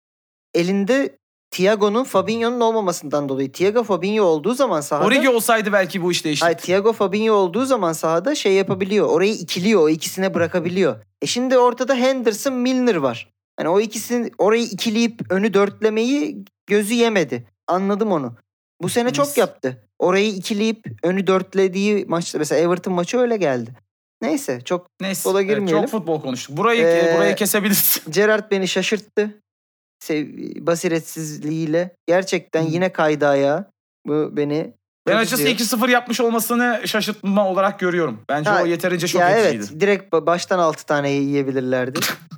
Speaker 1: elinde Thiago'nun, Fabinho'nun olmamasından dolayı. Thiago Fabinho olduğu zaman sahada...
Speaker 2: Origi olsaydı belki bu iş değişti.
Speaker 1: Hayır, Thiago Fabinho olduğu zaman sahada şey yapabiliyor. Orayı ikiliyor. O ikisine bırakabiliyor. E şimdi ortada Henderson, Milner var. Hani o ikisini orayı ikileyip önü dörtlemeyi gözü yemedi. Anladım onu. Bu sene
Speaker 2: Neyse.
Speaker 1: çok yaptı. Orayı ikileyip önü dörtlediği maçta mesela Everton maçı öyle geldi. Neyse çok
Speaker 2: Neyse.
Speaker 1: futbola
Speaker 2: evet,
Speaker 1: girmeyelim.
Speaker 2: çok futbol konuştuk. Burayı
Speaker 1: Ee,
Speaker 2: burayı kesebiliriz.
Speaker 1: Gerrard beni şaşırttı. Sev- basiretsizliğiyle. Gerçekten
Speaker 2: Hı.
Speaker 1: yine kaydı ayağa. Bu beni
Speaker 2: Ben
Speaker 1: çok
Speaker 2: açıkçası
Speaker 1: üzüyor.
Speaker 2: iki sıfır yapmış olmasını şaşırtma olarak görüyorum. Bence
Speaker 1: Ha,
Speaker 2: o yeterince şok
Speaker 1: ya
Speaker 2: ediciydi.
Speaker 1: evet, direkt ba- baştan altı tane yiyebilirlerdi.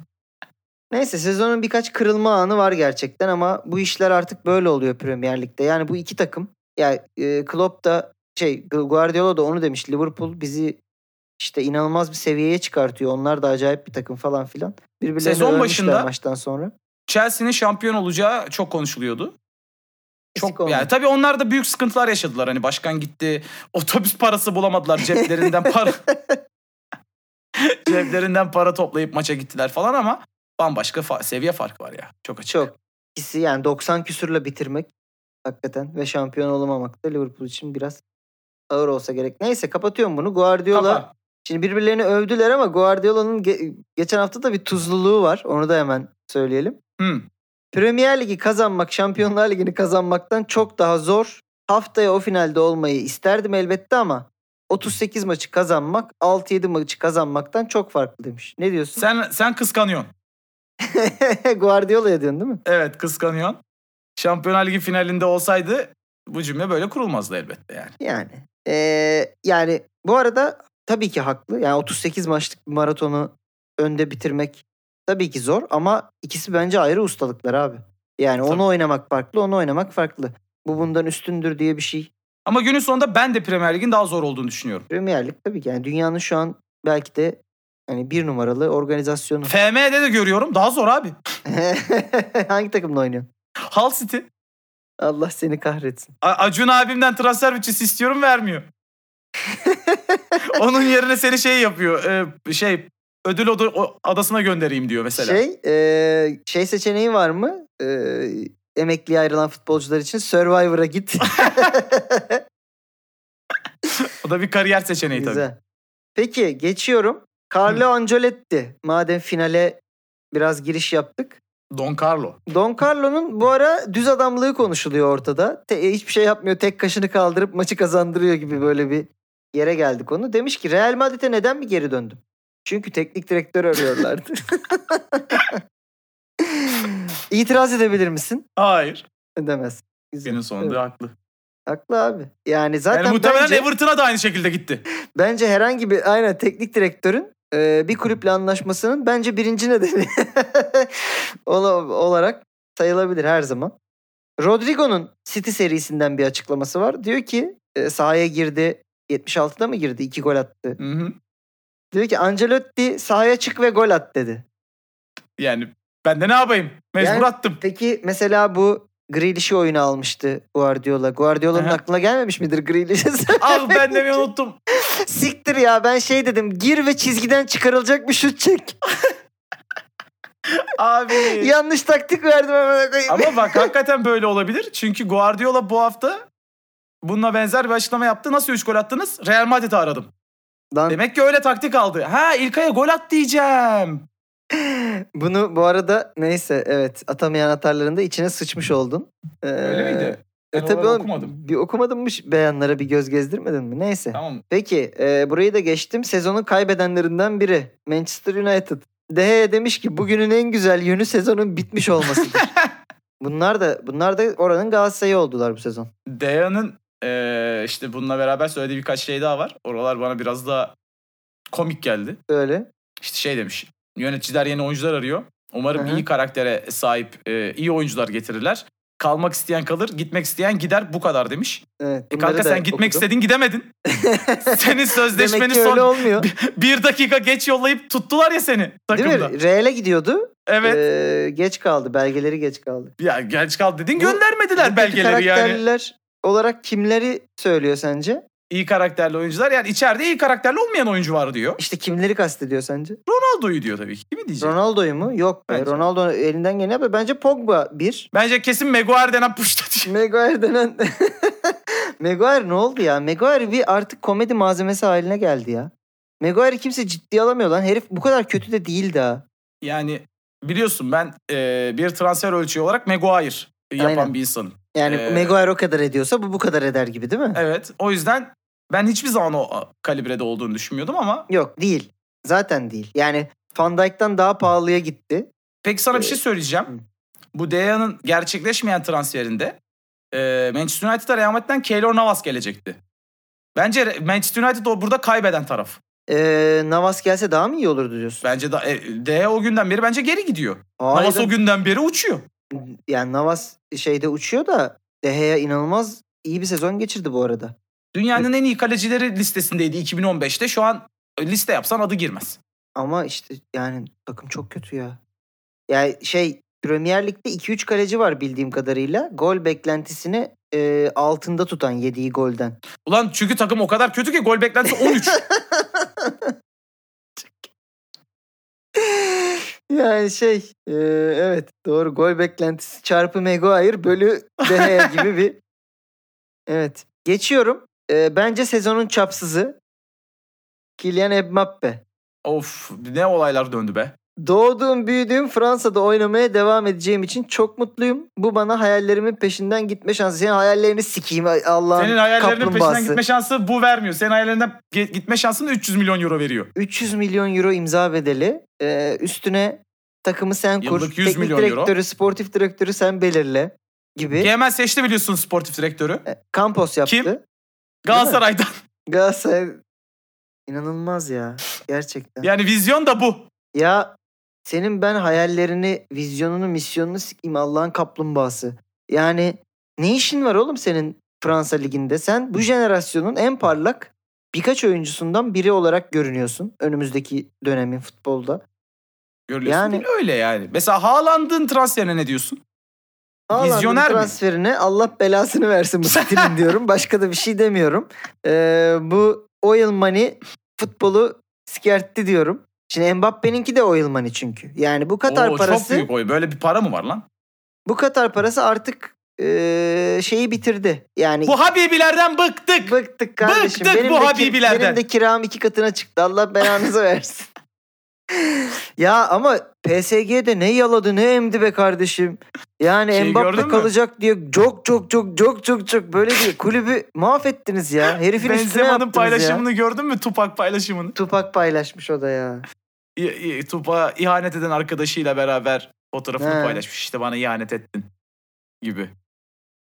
Speaker 1: Neyse sezonun birkaç kırılma anı var gerçekten ama bu işler artık böyle oluyor Premier Lig'de. Yani bu iki takım, yani e, Klopp da şey Guardiola da onu demiş, Liverpool bizi işte inanılmaz bir seviyeye çıkartıyor. Onlar da acayip bir takım falan filan. Birbirlerini
Speaker 2: Sezon
Speaker 1: övmüşler
Speaker 2: başında-
Speaker 1: maçtan sonra.
Speaker 2: Chelsea'nin şampiyon olacağı çok konuşuluyordu.
Speaker 1: Eksik
Speaker 2: Çok
Speaker 1: olma.
Speaker 2: yani tabii onlar da büyük sıkıntılar yaşadılar. Hani başkan gitti, otobüs parası bulamadılar, ceplerinden para ceplerinden para toplayıp maça gittiler falan ama bambaşka fa- seviye farkı var ya. Çok açık.
Speaker 1: Çok. İkisi yani doksan küsürle bitirmek hakikaten ve şampiyon olamamak da Liverpool için biraz ağır olsa gerek. Neyse kapatıyorum bunu. Guardiola
Speaker 2: Kapa.
Speaker 1: şimdi birbirlerini övdüler ama Guardiola'nın ge- geçen hafta da bir tuzluluğu var. Onu da hemen söyleyelim.
Speaker 2: Hı.
Speaker 1: Premier Ligi kazanmak, Şampiyonlar Ligi'ni kazanmaktan çok daha zor. Haftaya o finalde olmayı isterdim elbette ama otuz sekiz maçı kazanmak altı yedi maçı kazanmaktan çok farklı demiş. Ne diyorsun?
Speaker 2: Sen sen kıskanıyorsun.
Speaker 1: Guardiola'ya diyorsun değil mi?
Speaker 2: Evet, kıskanıyorsun. Şampiyonlar Ligi finalinde olsaydı bu cümle böyle kurulmazdı elbette yani.
Speaker 1: Yani. Ee, yani bu arada tabii ki haklı. Yani otuz sekiz maçlık bir maratonu önde bitirmek tabii ki zor ama ikisi bence ayrı ustalıklar abi. Yani
Speaker 2: Tabii.
Speaker 1: onu oynamak farklı, onu oynamak farklı. Bu bundan üstündür diye bir şey.
Speaker 2: Ama günün sonunda ben de Premier Lig'in daha zor olduğunu düşünüyorum.
Speaker 1: Premier Lig tabii ki yani dünyanın şu an belki de hani bir numaralı organizasyonu.
Speaker 2: F M'de de görüyorum, daha zor abi.
Speaker 1: Hangi takımla oynuyorsun?
Speaker 2: Hull City.
Speaker 1: Allah seni kahretsin.
Speaker 2: A- Acun abimden transfer bütçesi istiyorum, vermiyor. Onun yerine seni şey yapıyor. e, şey ödül oda- o- adasına göndereyim diyor mesela.
Speaker 1: Şey, e, şey seçeneği var mı? E, emekliye ayrılan futbolcular için Survivor'a git.
Speaker 2: O da bir kariyer seçeneği tabii.
Speaker 1: Güzel. Peki geçiyorum. Carlo Ancelotti. Madem finale biraz giriş yaptık.
Speaker 2: Don Carlo.
Speaker 1: Don Carlo'nun bu ara düz adamlığı konuşuluyor ortada. Te- hiçbir şey yapmıyor. Tek kaşını kaldırıp maçı kazandırıyor gibi böyle bir yere geldi konu. Demiş ki Real Madrid'e neden mi geri döndüm? Çünkü teknik direktör arıyorlardı. İtiraz edebilir misin?
Speaker 2: Hayır.
Speaker 1: Edemez. Güzel.
Speaker 2: Günün sonunda
Speaker 1: Evet.
Speaker 2: haklı.
Speaker 1: Haklı abi. Yani zaten
Speaker 2: Yani muhtemelen
Speaker 1: bence,
Speaker 2: Everton'a da aynı şekilde gitti.
Speaker 1: bence herhangi bir aynen teknik direktörün e, bir kulüple anlaşmasının bence birinci nedeni ola- olarak sayılabilir her zaman. Rodrigo'nun City serisinden bir açıklaması var. Diyor ki e, sahaya girdi. yetmiş altıda mı girdi? iki gol attı.
Speaker 2: Hı hı.
Speaker 1: Diyor ki Ancelotti sahaya çık ve gol at dedi.
Speaker 2: Yani ben de ne yapayım? Mecbur
Speaker 1: Yani
Speaker 2: attım.
Speaker 1: Peki mesela bu Grealish'i oyuna almıştı Guardiola. Guardiola'nın
Speaker 2: Aha.
Speaker 1: aklına gelmemiş midir Grealish'i?
Speaker 2: Ah ben de mi unuttum?
Speaker 1: Siktir ya, ben şey dedim, gir ve çizgiden çıkarılacak bir şut çek.
Speaker 2: Abi.
Speaker 1: Yanlış taktik verdim amına koyayım.
Speaker 2: Ama bak hakikaten böyle olabilir. Çünkü Guardiola bu hafta bununla benzer bir açıklama yaptı. Nasıl üç gol attınız? Real Madrid'i aradım.
Speaker 1: Lan,
Speaker 2: Demek ki öyle taktik aldı. Ha İlkay'a gol at diyeceğim.
Speaker 1: bunu bu arada neyse, evet, atamayan atarlarında içine sıçmış oldun. Ee,
Speaker 2: Öyle miydi? Ben
Speaker 1: E tabii
Speaker 2: oraları
Speaker 1: oğlum,
Speaker 2: okumadım.
Speaker 1: bir okumadın mı beyanlara, bir göz gezdirmedin mi? Neyse.
Speaker 2: Tamam.
Speaker 1: Peki e, burayı da geçtim. Sezonun kaybedenlerinden biri Manchester United. De Gea demiş ki bugünün en güzel yönü sezonun bitmiş olmasıdır. bunlar da bunlar da oranın Galatasaray'ı oldular bu sezon.
Speaker 2: Deya'nın eee, işte bununla beraber söylediği birkaç şey daha var. Oralar bana biraz daha komik geldi.
Speaker 1: Öyle.
Speaker 2: İşte şey demiş. Yöneticiler yeni oyuncular arıyor. Umarım
Speaker 1: Hı hı.
Speaker 2: iyi karaktere sahip eee, iyi oyuncular getirirler. Kalmak isteyen kalır, gitmek isteyen gider. Bu kadar demiş.
Speaker 1: Evet,
Speaker 2: E
Speaker 1: bunları
Speaker 2: kanka
Speaker 1: da
Speaker 2: sen gitmek
Speaker 1: okudum.
Speaker 2: istedin gidemedin. Senin
Speaker 1: Demek
Speaker 2: sözleşmeni
Speaker 1: ki öyle
Speaker 2: son
Speaker 1: olmuyor.
Speaker 2: bir dakika geç yollayıp tuttular ya seni
Speaker 1: Değil
Speaker 2: takımda.
Speaker 1: mi? Real'e gidiyordu.
Speaker 2: Evet.
Speaker 1: Ee, geç kaldı. Belgeleri geç kaldı.
Speaker 2: Ya geç kaldı dedin,
Speaker 1: Bu-
Speaker 2: göndermediler
Speaker 1: Bu kötü
Speaker 2: belgeleri yani.
Speaker 1: karakterliler olarak kimleri söylüyor sence?
Speaker 2: İyi karakterli oyuncular, yani içeride iyi karakterli olmayan oyuncu var diyor.
Speaker 1: İşte kimleri kastediyor sence?
Speaker 2: Ronaldo'yu diyor tabii ki. Kimi diyecek?
Speaker 1: Ronaldo'yu mu? Yok be.
Speaker 2: Bence.
Speaker 1: Ronaldo elinden geleni yapıyor. Bence Pogba bir.
Speaker 2: Bence kesin Maguire denen puşta diyor.
Speaker 1: Maguire denen... Maguire ne oldu ya? Maguire bir artık komedi malzemesi haline geldi ya. Maguire'ı kimse ciddiye alamıyor lan. Herif bu kadar kötü de değildi ha.
Speaker 2: Yani biliyorsun ben e, bir transfer ölçüğü olarak Maguire yapan
Speaker 1: Aynen.
Speaker 2: bir insanım.
Speaker 1: Yani
Speaker 2: Ee,
Speaker 1: Maguire o kadar ediyorsa bu bu kadar eder gibi değil mi?
Speaker 2: Evet. O yüzden ben hiçbir zaman o kalibrede olduğunu düşünmüyordum ama
Speaker 1: Yok, değil. Zaten değil. Yani Van Dijk'tan daha pahalıya gitti.
Speaker 2: peki sana bir şey
Speaker 1: Ee,
Speaker 2: söyleyeceğim.
Speaker 1: hı.
Speaker 2: Bu De Gea'nın gerçekleşmeyen transferinde e, Manchester United'a Real Madrid'den Keylor Navas gelecekti. Bence Manchester United o burada kaybeden taraf.
Speaker 1: Ee, Navas gelse daha mı iyi olurdu diyorsun?
Speaker 2: Bence da, e, De Gea o günden beri bence geri gidiyor.
Speaker 1: Hayır.
Speaker 2: Navas o günden beri uçuyor.
Speaker 1: Yani Navas şeyde uçuyor da De Gea inanılmaz iyi bir sezon geçirdi bu arada.
Speaker 2: Dünyanın en iyi kalecileri listesindeydi iki bin on beşte. Şu an liste yapsan adı girmez.
Speaker 1: Ama işte yani takım çok kötü ya. Yani şey, Premier Lig'de iki üç kaleci var bildiğim kadarıyla. Gol beklentisini e, altında tutan yediği golden.
Speaker 2: Ulan çünkü takım o kadar kötü ki gol beklentisi on üç.
Speaker 1: Yani şey e, evet doğru, gol beklentisi çarpı Maguire bölü De Gea gibi bir. Evet. Geçiyorum. E, bence sezonun çapsızı Kylian Mbappe.
Speaker 2: Of ne olaylar döndü be.
Speaker 1: Doğduğum, büyüdüğüm Fransa'da oynamaya devam edeceğim için çok mutluyum. Bu bana hayallerimin peşinden gitme şansı. Senin hayallerini sikeyim Allah'ın
Speaker 2: Senin hayallerinin
Speaker 1: kaplumbağası.
Speaker 2: peşinden gitme şansı bu vermiyor. Senin hayallerinden ge- gitme şansını üç yüz milyon euro veriyor.
Speaker 1: üç yüz milyon euro imza bedeli. Ee, üstüne takımı sen kur.
Speaker 2: Yıllık yüz
Speaker 1: Teknik
Speaker 2: milyon euro.
Speaker 1: direktörü, sportif direktörü sen belirle gibi.
Speaker 2: Ki hemen seçti biliyorsun sportif direktörü.
Speaker 1: E, Campos yaptı.
Speaker 2: Kim? Galatasaray'dan.
Speaker 1: Galatasaray inanılmaz ya. Gerçekten.
Speaker 2: Yani vizyon da bu.
Speaker 1: Ya senin ben hayallerini, vizyonunu, misyonunu sikeyim Allah'ın kaplumbağası. Yani ne işin var oğlum senin Fransa Ligi'nde? Sen bu jenerasyonun en parlak birkaç oyuncusundan biri olarak görünüyorsun önümüzdeki dönemin futbolda.
Speaker 2: Görüyorsun
Speaker 1: Yani-
Speaker 2: değil öyle yani. Mesela Haaland'ın transferine ne diyorsun?
Speaker 1: Haaland'ın
Speaker 2: Vizyoner mi?
Speaker 1: transferine Allah belasını versin bu City'nin diyorum. Başka da bir şey demiyorum. Ee, bu oil money futbolu sikertti diyorum. Şimdi Mbappe'ninki de oil money çünkü. Yani bu Katar
Speaker 2: Oo,
Speaker 1: parası...
Speaker 2: Çok büyük oy. Böyle bir para mı var lan?
Speaker 1: Bu Katar parası artık eee, şeyi bitirdi. Yani
Speaker 2: Bu Habibilerden bıktık.
Speaker 1: bıktık kardeşim.
Speaker 2: Bıktık bu
Speaker 1: de,
Speaker 2: Habibilerden.
Speaker 1: benim de kiram iki katına çıktı. Allah belanızı versin. Ya ama P S G'de ne yaladı ne emdi be kardeşim. Yani
Speaker 2: Şey
Speaker 1: Mbappe
Speaker 2: gördün mü?
Speaker 1: kalacak diye çok çok çok çok çok çok böyle bir kulübü mahvettiniz ya. Herifin üstüne
Speaker 2: Benzema'nın
Speaker 1: yaptınız
Speaker 2: paylaşımını
Speaker 1: ya.
Speaker 2: gördün mü? Tupac paylaşımını.
Speaker 1: Tupak paylaşmış o da ya.
Speaker 2: İ- İ- Tupac'a ihanet eden arkadaşıyla beraber fotoğrafını
Speaker 1: He.
Speaker 2: paylaşmış. İşte bana ihanet ettin gibi.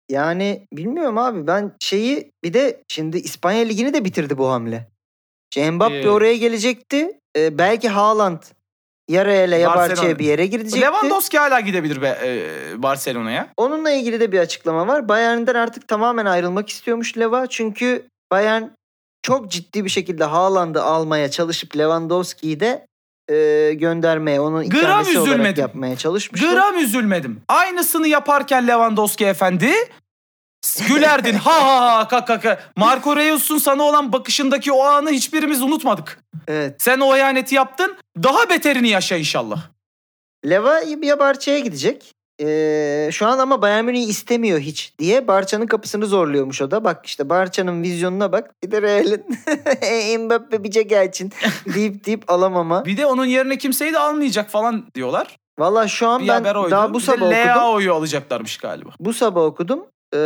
Speaker 1: Yani bilmiyorum abi. Ben şeyi bir de şimdi İspanya Ligi'ni de bitirdi bu hamle. Şey, Mbappe
Speaker 2: Ee,
Speaker 1: oraya gelecekti. Ee, belki Haaland ya Real'e ya
Speaker 2: Barcelona.
Speaker 1: Barça'ya bir yere girecekti.
Speaker 2: Lewandowski hala gidebilir be, e, Barcelona'ya.
Speaker 1: Onunla ilgili de bir açıklama var. Bayern'den artık tamamen ayrılmak istiyormuş Leva. Çünkü Bayern çok ciddi bir şekilde Haaland'ı almaya çalışıp Lewandowski'yi de e, göndermeye, onun
Speaker 2: Gram
Speaker 1: ikamesi olarak
Speaker 2: üzülmedim.
Speaker 1: yapmaya çalışmıştı.
Speaker 2: Gram üzülmedim. Aynısını yaparken Lewandowski efendi gülerdin. Ha ha ha kaka kaka. Marco Reus'un sana olan bakışındaki o anı hiçbirimiz unutmadık.
Speaker 1: Evet.
Speaker 2: Sen o ihaneti yaptın. Daha beterini yaşa inşallah.
Speaker 1: Leva ya Barça'ya gidecek. Ee, şu an ama Bayern Münih'i istemiyor hiç diye Barça'nın kapısını zorluyormuş o da. Bak işte Barça'nın vizyonuna bak. Bir de Real'in Mbappe bize gelsin deyip deyip alamama.
Speaker 2: Bir de onun yerine kimseyi de almayacak falan diyorlar.
Speaker 1: Valla şu an
Speaker 2: Bir
Speaker 1: ben
Speaker 2: haber oydu.
Speaker 1: daha bu
Speaker 2: Bir de
Speaker 1: sabah okudum.
Speaker 2: Leao'yu alacaklarmış galiba.
Speaker 1: Bu sabah okudum. Ee,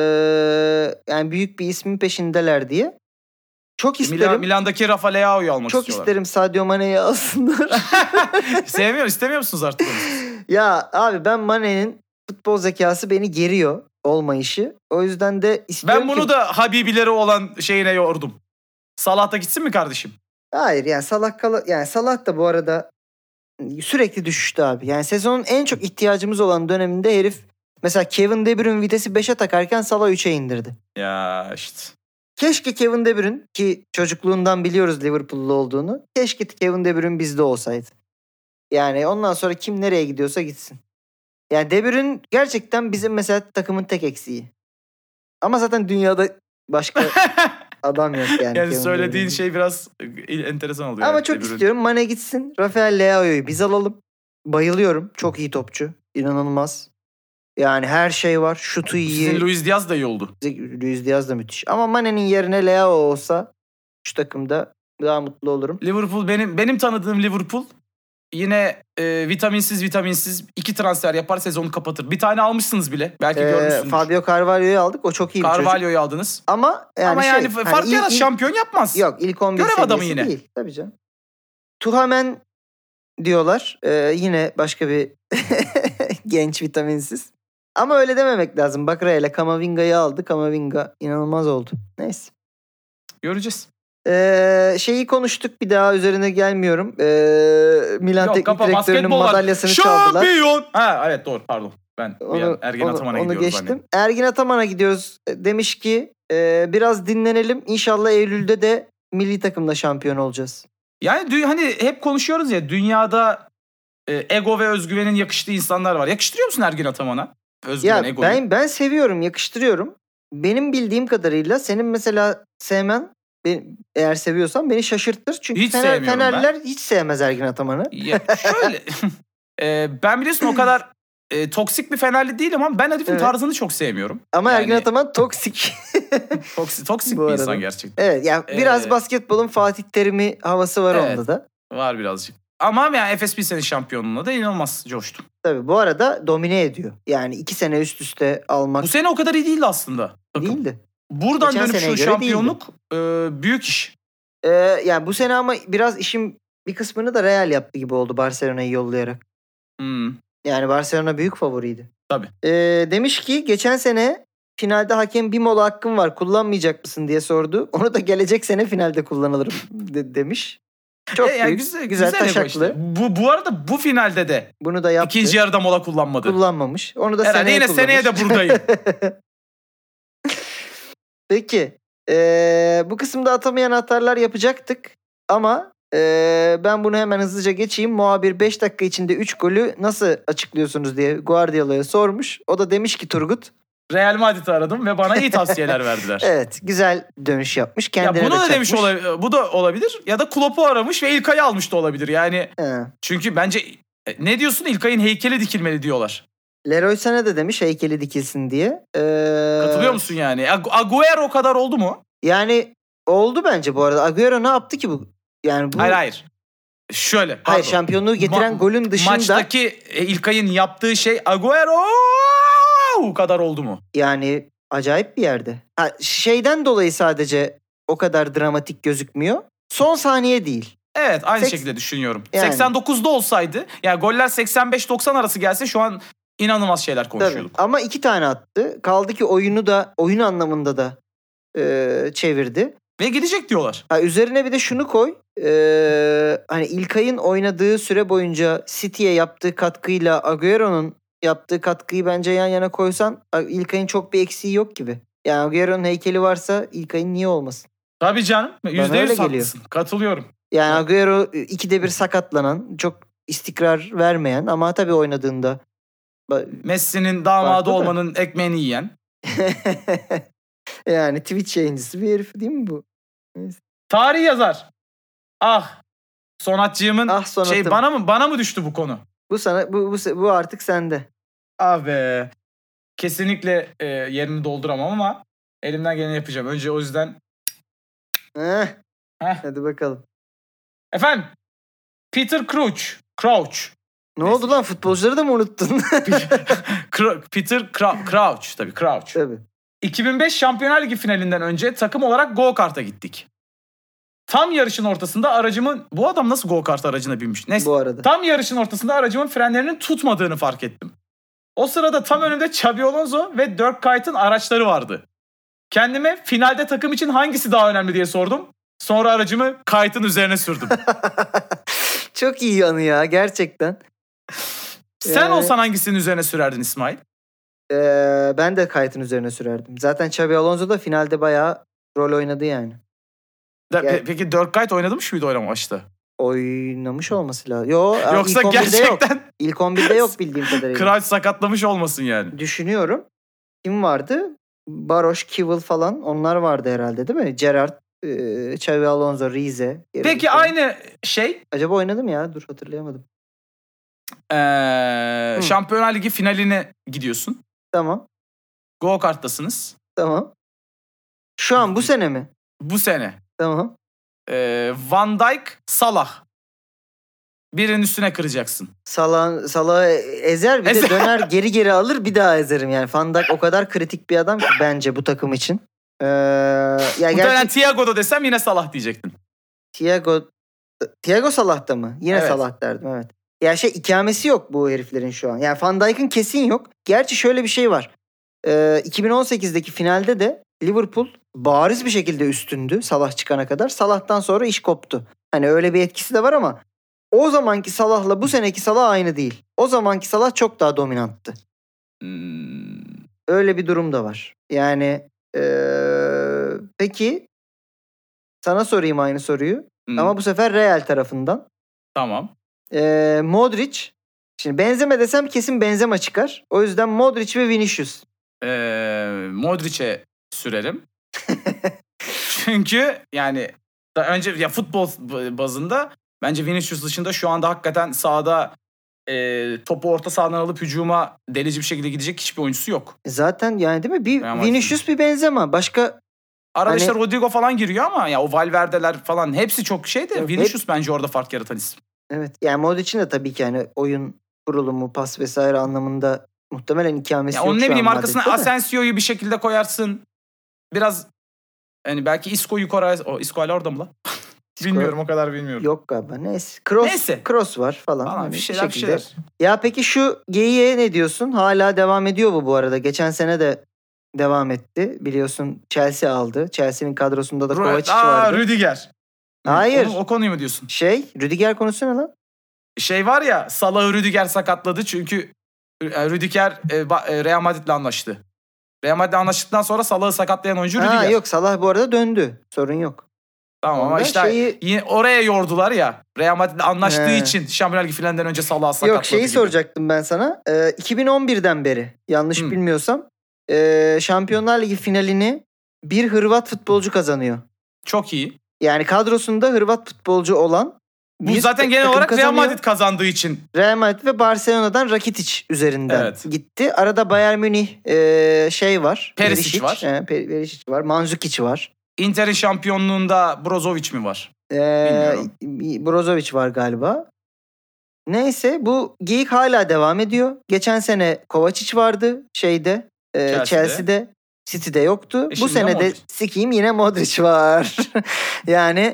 Speaker 1: yani büyük bir ismin peşindeler diye. Çok isterim.
Speaker 2: Milan, Milan'daki Rafa Leao'yu almak
Speaker 1: Çok
Speaker 2: istiyorlar.
Speaker 1: isterim Sadio Mane'yi alsınlar.
Speaker 2: Sevmiyor, istemiyor musunuz artık onu?
Speaker 1: Ya abi ben Mane'nin futbol zekası beni geriyor olmayışı. O yüzden de istiyorum
Speaker 2: Ben bunu
Speaker 1: ki...
Speaker 2: da Habibileri olan şeyine yordum. Salah da gitsin mi kardeşim?
Speaker 1: Hayır yani Salah kala... yani Salah da bu arada sürekli düşüştü abi. Yani sezonun en çok ihtiyacımız olan döneminde herif mesela Kevin De Bruyne vitesi beşe takarken Salah üçe indirdi.
Speaker 2: Ya işte.
Speaker 1: Keşke Kevin De Bruyne, ki çocukluğundan biliyoruz Liverpool'lu olduğunu. Keşke Kevin De Bruyne bizde olsaydı. Yani ondan sonra kim nereye gidiyorsa gitsin. Yani De Bruyne gerçekten bizim mesela takımın tek eksiği. Ama zaten dünyada başka adam yok yani.
Speaker 2: Yani
Speaker 1: Kevin
Speaker 2: söylediğin
Speaker 1: De Bruyne.
Speaker 2: şey biraz enteresan oluyor.
Speaker 1: Ama
Speaker 2: yani,
Speaker 1: çok
Speaker 2: De Bruyne.
Speaker 1: istiyorum. Mane gitsin. Rafael Leao'yu biz alalım. Bayılıyorum. Çok iyi topçu. İnanılmaz. Yani her şey var. Şutu iyi.
Speaker 2: Sizin Luis Diaz da iyi oldu.
Speaker 1: Luis Diaz da müthiş. Ama Mane'nin yerine Leao olsa şu takımda daha mutlu olurum.
Speaker 2: Liverpool benim benim tanıdığım Liverpool yine e, vitaminsiz vitaminsiz iki transfer yapar, sezonu kapatır. Bir tane almışsınız bile. Belki
Speaker 1: Ee,
Speaker 2: görmüşsünüz.
Speaker 1: Fabio Carvalho'yu aldık. O çok iyi bir çocuk.
Speaker 2: Carvalho'yu aldınız.
Speaker 1: Ama yani,
Speaker 2: Ama
Speaker 1: şey,
Speaker 2: yani fark
Speaker 1: hani
Speaker 2: yaratır,
Speaker 1: ilk-
Speaker 2: şampiyon yapmaz.
Speaker 1: Yok ilk on bir
Speaker 2: Görev adamı
Speaker 1: seviyesi
Speaker 2: yine.
Speaker 1: değil. Tabii canım. Tuhamen diyorlar. Ee, yine başka bir genç vitaminsiz. Ama öyle dememek lazım. Bak Real'e Kamavinga'yı aldı. Kamavinga inanılmaz oldu. Neyse.
Speaker 2: Göreceğiz.
Speaker 1: Ee, şeyi konuştuk, bir daha üzerine gelmiyorum. Ee, Milan
Speaker 2: Yok,
Speaker 1: Teknik
Speaker 2: kapa,
Speaker 1: Direktörü'nün
Speaker 2: basketbol var.
Speaker 1: madalyasını çaldılar.
Speaker 2: Şampiyon. Ha evet doğru pardon. Ben bir
Speaker 1: Onu,
Speaker 2: an Ergin
Speaker 1: onu,
Speaker 2: Ataman'a
Speaker 1: onu
Speaker 2: gidiyoruz
Speaker 1: geçtim.
Speaker 2: zannettim.
Speaker 1: Ergin Ataman'a gidiyoruz. Demiş ki e, biraz dinlenelim. İnşallah Eylül'de de milli takımda şampiyon olacağız.
Speaker 2: Yani dü- hani hep konuşuyoruz ya, dünyada e, ego ve özgüvenin yakıştığı insanlar var. Yakıştırıyor musun Ergin Ataman'a? Özgüven,
Speaker 1: Ya
Speaker 2: egoyu.
Speaker 1: ben ben seviyorum, yakıştırıyorum. Benim bildiğim kadarıyla senin mesela sevmen, ben, eğer seviyorsan beni şaşırtır. Çünkü
Speaker 2: Hiç
Speaker 1: Fener,
Speaker 2: sevmiyorum
Speaker 1: Fenerliler hiç sevmez Ergin Ataman'ı.
Speaker 2: Ya şöyle e, ben biliyorsun o kadar e, toksik bir Fenerli değilim ama ben herifin
Speaker 1: Evet.
Speaker 2: tarzını çok sevmiyorum.
Speaker 1: Ama
Speaker 2: Yani-
Speaker 1: Ergin Ataman toksik.
Speaker 2: Toksik, toksik
Speaker 1: Bu
Speaker 2: bir
Speaker 1: arada.
Speaker 2: insan gerçekten.
Speaker 1: Evet ya biraz
Speaker 2: Ee,
Speaker 1: basketbolun Fatih Terim'i havası var
Speaker 2: Evet.
Speaker 1: onda da.
Speaker 2: Var birazcık. Ama yani Efes bir sene şampiyonluğuna da inanılmaz coştu.
Speaker 1: Tabii bu arada domine ediyor. Yani iki sene üst üste almak
Speaker 2: Bu sene o kadar iyi değildi aslında. Takım.
Speaker 1: değildi.
Speaker 2: Buradan
Speaker 1: Geçen
Speaker 2: dönüp
Speaker 1: seneye
Speaker 2: şu
Speaker 1: göre
Speaker 2: şampiyonluk e, büyük iş.
Speaker 1: Ee, yani bu sene ama biraz işin bir kısmını da Real yaptı gibi oldu Barcelona'yı yollayarak.
Speaker 2: Hmm.
Speaker 1: Yani Barcelona büyük favoriydi.
Speaker 2: Tabii.
Speaker 1: Ee, demiş ki geçen sene finalde hakem bir mola hakkım var, kullanmayacak mısın diye sordu. Onu da gelecek sene finalde kullanılırım de- demiş. Çok
Speaker 2: E, yani
Speaker 1: büyük,
Speaker 2: güzel,
Speaker 1: güzel,
Speaker 2: güzel ego
Speaker 1: taşaklı.
Speaker 2: işte. Bu, bu arada bu finalde de
Speaker 1: Bunu da yaptı.
Speaker 2: ikinci yarıda mola kullanmadı.
Speaker 1: Kullanmamış. Onu da
Speaker 2: Herhalde
Speaker 1: seneye
Speaker 2: yine
Speaker 1: kullanır.
Speaker 2: seneye de buradayım.
Speaker 1: Peki. Ee, bu kısımda atamayan atarlar yapacaktık. Ama ee, ben bunu hemen hızlıca geçeyim. Muhabir beş dakika içinde üç golü nasıl açıklıyorsunuz diye Guardiola'ya sormuş. O da demiş ki Turgut.
Speaker 2: Real Madrid'i aradım ve bana iyi tavsiyeler verdiler.
Speaker 1: Evet, güzel dönüş yapmış.
Speaker 2: Ya
Speaker 1: Kendine
Speaker 2: bunu
Speaker 1: de
Speaker 2: da demiş
Speaker 1: çakmış.
Speaker 2: olabilir. Bu da olabilir. Ya da Klopp'u aramış ve İlkay'ı almış da olabilir. Yani
Speaker 1: He.
Speaker 2: çünkü bence e, ne diyorsun, İlkay'ın heykeli dikilmeli diyorlar.
Speaker 1: Leroy Sané de demiş heykeli dikilsin diye. Ee,
Speaker 2: Katılıyor musun yani? Ag- Agüero kadar oldu mu?
Speaker 1: Yani oldu bence bu arada. Agüero ne yaptı ki bu? Yani bu
Speaker 2: Hayır hayır. Şöyle.
Speaker 1: Hayır,
Speaker 2: pardon.
Speaker 1: şampiyonluğu getiren
Speaker 2: Ma-
Speaker 1: golün dışında
Speaker 2: Maçtaki e, İlkay'ın yaptığı şey Agüero kadar oldu mu?
Speaker 1: yani acayip bir yerde. Ha, şeyden dolayı sadece o kadar dramatik gözükmüyor. Son saniye değil.
Speaker 2: Evet, aynı
Speaker 1: Seks-
Speaker 2: şekilde düşünüyorum.
Speaker 1: Yani.
Speaker 2: seksen dokuzda olsaydı, yani goller seksen beş doksan arası gelse şu an inanılmaz şeyler konuşuyorduk.
Speaker 1: Tabii. Ama iki tane attı. Kaldı ki oyunu da oyun anlamında da e, çevirdi.
Speaker 2: Ve gidecek diyorlar.
Speaker 1: Ha, üzerine bir de şunu koy. E, hani İlkay'ın oynadığı süre boyunca City'ye yaptığı katkıyla Agüero'nun yaptığı katkıyı bence yan yana koysan İlkay'ın çok bir eksiği yok gibi. Yani Agüero'nun heykeli varsa İlkay'ın niye olmasın?
Speaker 2: Tabii canım. yüzde yüz haklısın. Katılıyorum.
Speaker 1: Yani Agüero ikide bir sakatlanan, çok istikrar vermeyen ama tabii oynadığında
Speaker 2: Messi'nin damadı olmanın ekmeğini yiyen.
Speaker 1: Yani Twitch yayıncısı bir herif değil mi bu? Neyse.
Speaker 2: Tarih yazar. Ah. Sonatçığımın
Speaker 1: ah,
Speaker 2: şey bana mı bana mı düştü bu konu?
Speaker 1: Bu sana bu bu, bu artık sende.
Speaker 2: Ah be. Kesinlikle e, yerini dolduramam ama elimden geleni yapacağım. Önce o yüzden
Speaker 1: Heh.
Speaker 2: Heh.
Speaker 1: Hadi bakalım.
Speaker 2: Efendim. Peter Crouch. Crouch.
Speaker 1: Ne Neyse. oldu lan, futbolcuları da mı unuttun?
Speaker 2: Peter Crouch tabii Crouch.
Speaker 1: Tabii.
Speaker 2: iki bin beş Şampiyonlar Ligi finalinden önce takım olarak go-kart'a gittik. Tam yarışın ortasında aracımın... Bu adam nasıl go-kart aracına binmiş? Neyse.
Speaker 1: Bu arada.
Speaker 2: Tam yarışın ortasında aracımın frenlerinin tutmadığını fark ettim. O sırada tam önümde Xabi Alonso ve Dirk Kuyt'ın araçları vardı. Kendime finalde takım için hangisi daha önemli diye sordum. Sonra aracımı Kuyt'ın üzerine sürdüm.
Speaker 1: Çok iyi anı ya gerçekten.
Speaker 2: Sen yani... olsan hangisinin üzerine sürerdin İsmail?
Speaker 1: Ee, ben de Kuyt'ın üzerine sürerdim. Zaten Xabi Alonso da finalde bayağı rol oynadı yani.
Speaker 2: De, yani... Peki Dirk Kuyt oynamış mıydı o maçta?
Speaker 1: Oynamış olması lazım. Yo,
Speaker 2: Yoksa
Speaker 1: ilk
Speaker 2: gerçekten...
Speaker 1: Yok. İlk on birde yok bildiğim kadarıyla.
Speaker 2: Kuyt sakatlamış olmasın yani.
Speaker 1: Düşünüyorum. Kim vardı? Baroş, Kivil falan onlar vardı herhalde değil mi? Gerrard, e, Xabi Alonso, Rize.
Speaker 2: Peki falan. Aynı şey.
Speaker 1: Acaba oynadım ya? Dur hatırlayamadım.
Speaker 2: Ee, Şampiyonlar Ligi finaline gidiyorsun.
Speaker 1: Tamam.
Speaker 2: Go karttasınız.
Speaker 1: Tamam. Şu an bu sene mi?
Speaker 2: Bu sene.
Speaker 1: Tamam.
Speaker 2: Ee, Van Dijk, Salah. Birinin üstüne kıracaksın.
Speaker 1: Salah, Salah ezer bir ezer. de döner geri geri alır bir daha ezerim yani. Van Dijk o kadar kritik bir adam ki bence bu takım için. Ee,
Speaker 2: ya gerçek... Thiago'da desem yine Salah diyecektin.
Speaker 1: Thiago Thiago Salah'ta mı? Yine
Speaker 2: evet.
Speaker 1: Salah derdim evet. Ya şey ikamesi yok bu heriflerin şu an. Yani Van Dijk'ın kesin yok. Gerçi şöyle bir şey var. Ee, iki bin on sekizdeki finalde de Liverpool bariz bir şekilde üstündü Salah çıkana kadar. Salah'tan sonra iş koptu. Hani öyle bir etkisi de var ama o zamanki Salah'la bu seneki Salah aynı değil. O zamanki Salah çok daha dominanttı.
Speaker 2: Hmm.
Speaker 1: Öyle bir durum da var. Yani ee, peki sana sorayım aynı soruyu. Hmm. Ama bu sefer Real tarafından.
Speaker 2: Tamam.
Speaker 1: Ee, Modric. Şimdi Benzema desem kesin Benzema çıkar. O yüzden Modric ve Vinicius.
Speaker 2: Ee, Modric'e sürerim. Çünkü yani daha önce ya futbol bazında bence Vinicius dışında şu anda hakikaten sahada e, topu orta sahadan alıp hücuma delici bir şekilde gidecek hiçbir oyuncusu yok.
Speaker 1: Zaten yani değil mi? Bir yani Vinicius bir Benzema. Başka
Speaker 2: arada hani... işte Rodrigo falan giriyor ama ya o Valverde'ler falan hepsi çok şey de Vinicius hep... bence orada fark yaratan isim.
Speaker 1: Evet. Yani Modric'in de tabii ki yani oyun kurulumu, pas vesaire anlamında muhtemelen ikamesi
Speaker 2: ya
Speaker 1: yok.
Speaker 2: Onun ne bileyim arkasına Asensio'yu bir şekilde koyarsın. Biraz yani belki Isco'yu koyarsın. O Isco hala orada mı lan? Bilmiyorum o kadar bilmiyorum.
Speaker 1: Yok galiba. Neyse. Cross, Neyse. Cross var falan.
Speaker 2: Falan
Speaker 1: hani
Speaker 2: bir şeyler bir şeyler.
Speaker 1: Ya peki şu geyiğe ne diyorsun? Hala devam ediyor bu bu arada. Geçen sene de devam etti. Biliyorsun Chelsea aldı. Chelsea'nin kadrosunda da Kovacic vardı.
Speaker 2: Rüdiger.
Speaker 1: Hayır.
Speaker 2: O, o konuyu mu diyorsun?
Speaker 1: Şey, Rüdiger konusu ne lan?
Speaker 2: Şey var ya, Salah'ı Rüdiger sakatladı çünkü Rüdiger Real Madrid'le anlaştı. Real Madrid'le anlaştıktan sonra Salah'ı sakatlayan oyuncu Rüdiger.
Speaker 1: Ha yok, Salah bu arada döndü. Sorun yok.
Speaker 2: Tamam Onda ama işte şeyi... yine oraya yordular ya. Real Madrid'le anlaştığı He. için Şampiyonlar Ligi finalinden önce Salah'ı sakatladı.
Speaker 1: Yok şeyi gibi. Soracaktım ben sana. Ee, iki bin on birden beri yanlış hmm. bilmiyorsam e, Şampiyonlar Ligi finalini bir Hırvat futbolcu kazanıyor.
Speaker 2: Çok iyi.
Speaker 1: Yani kadrosunda Hırvat futbolcu olan.
Speaker 2: Bu zaten genel olarak kazanıyor. Real Madrid kazandığı için.
Speaker 1: Real Madrid ve Barcelona'dan Rakitic üzerinden evet. gitti. Arada Bayern Münih e, şey var.
Speaker 2: Perisic, Perisic var.
Speaker 1: E, Perisic var. Mandzukic var.
Speaker 2: Inter'in şampiyonluğunda Brozovic mi var?
Speaker 1: Ee, Bilmiyorum. Brozovic var galiba. Neyse bu geyik hala devam ediyor. Geçen sene Kovacic vardı şeyde. E, Chelsea'de. Chelsea'de. City'de yoktu. E bu sene de sikiyim yine Modric var. Yani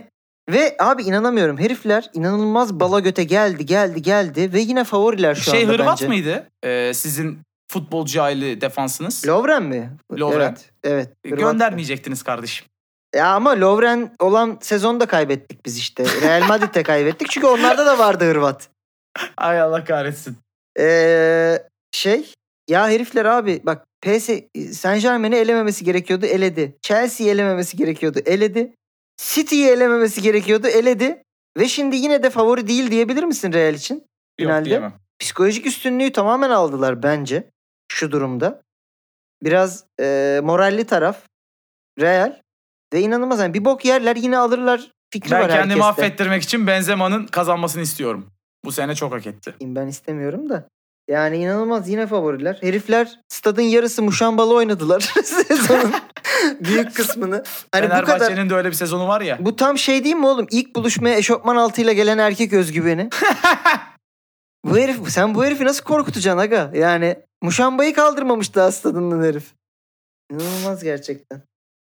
Speaker 1: Ve abi inanamıyorum. Herifler inanılmaz bala göte geldi geldi geldi ve yine favoriler şu
Speaker 2: şey,
Speaker 1: anda
Speaker 2: Hırvat
Speaker 1: bence.
Speaker 2: mıydı? Ee, sizin futbolcu aile defansınız.
Speaker 1: Lovren mi?
Speaker 2: Lovren.
Speaker 1: Evet. evet Hırvat.
Speaker 2: Göndermeyecektiniz kardeşim.
Speaker 1: Ya ama Lovren olan sezonda kaybettik biz işte. Real Madrid'de kaybettik. Çünkü onlarda da vardı Hırvat.
Speaker 2: Ay Allah kahretsin.
Speaker 1: Ee, şey ya herifler abi bak P S Saint Germain'i elememesi gerekiyordu, eledi. Chelsea'yi elememesi gerekiyordu, eledi. City'yi elememesi gerekiyordu, eledi. Ve şimdi yine de favori değil diyebilir misin Real için? Finalde.
Speaker 2: Yok diyemem.
Speaker 1: Psikolojik üstünlüğü tamamen aldılar bence şu durumda. Biraz e, moralli taraf Real. Ve inanılmaz yani bir bok yerler yine alırlar fikri
Speaker 2: Ben
Speaker 1: var herkeste.
Speaker 2: Ben kendimi affettirmek için Benzema'nın kazanmasını istiyorum. Bu sene çok hak etti.
Speaker 1: Ben istemiyorum da. Yani inanılmaz yine favoriler. Herifler stadın yarısı muşambalı oynadılar sezonun büyük kısmını. Hani
Speaker 2: Fenerbahçe'nin
Speaker 1: bu kadar,
Speaker 2: de öyle bir sezonu var ya.
Speaker 1: Bu tam şey değil mi oğlum? İlk buluşmaya eşofman altıyla gelen erkek özgüveni. bu herif, sen bu herifi nasıl korkutacaksın aga? Yani muşambayı kaldırmamış daha stadından herif. İnanılmaz gerçekten.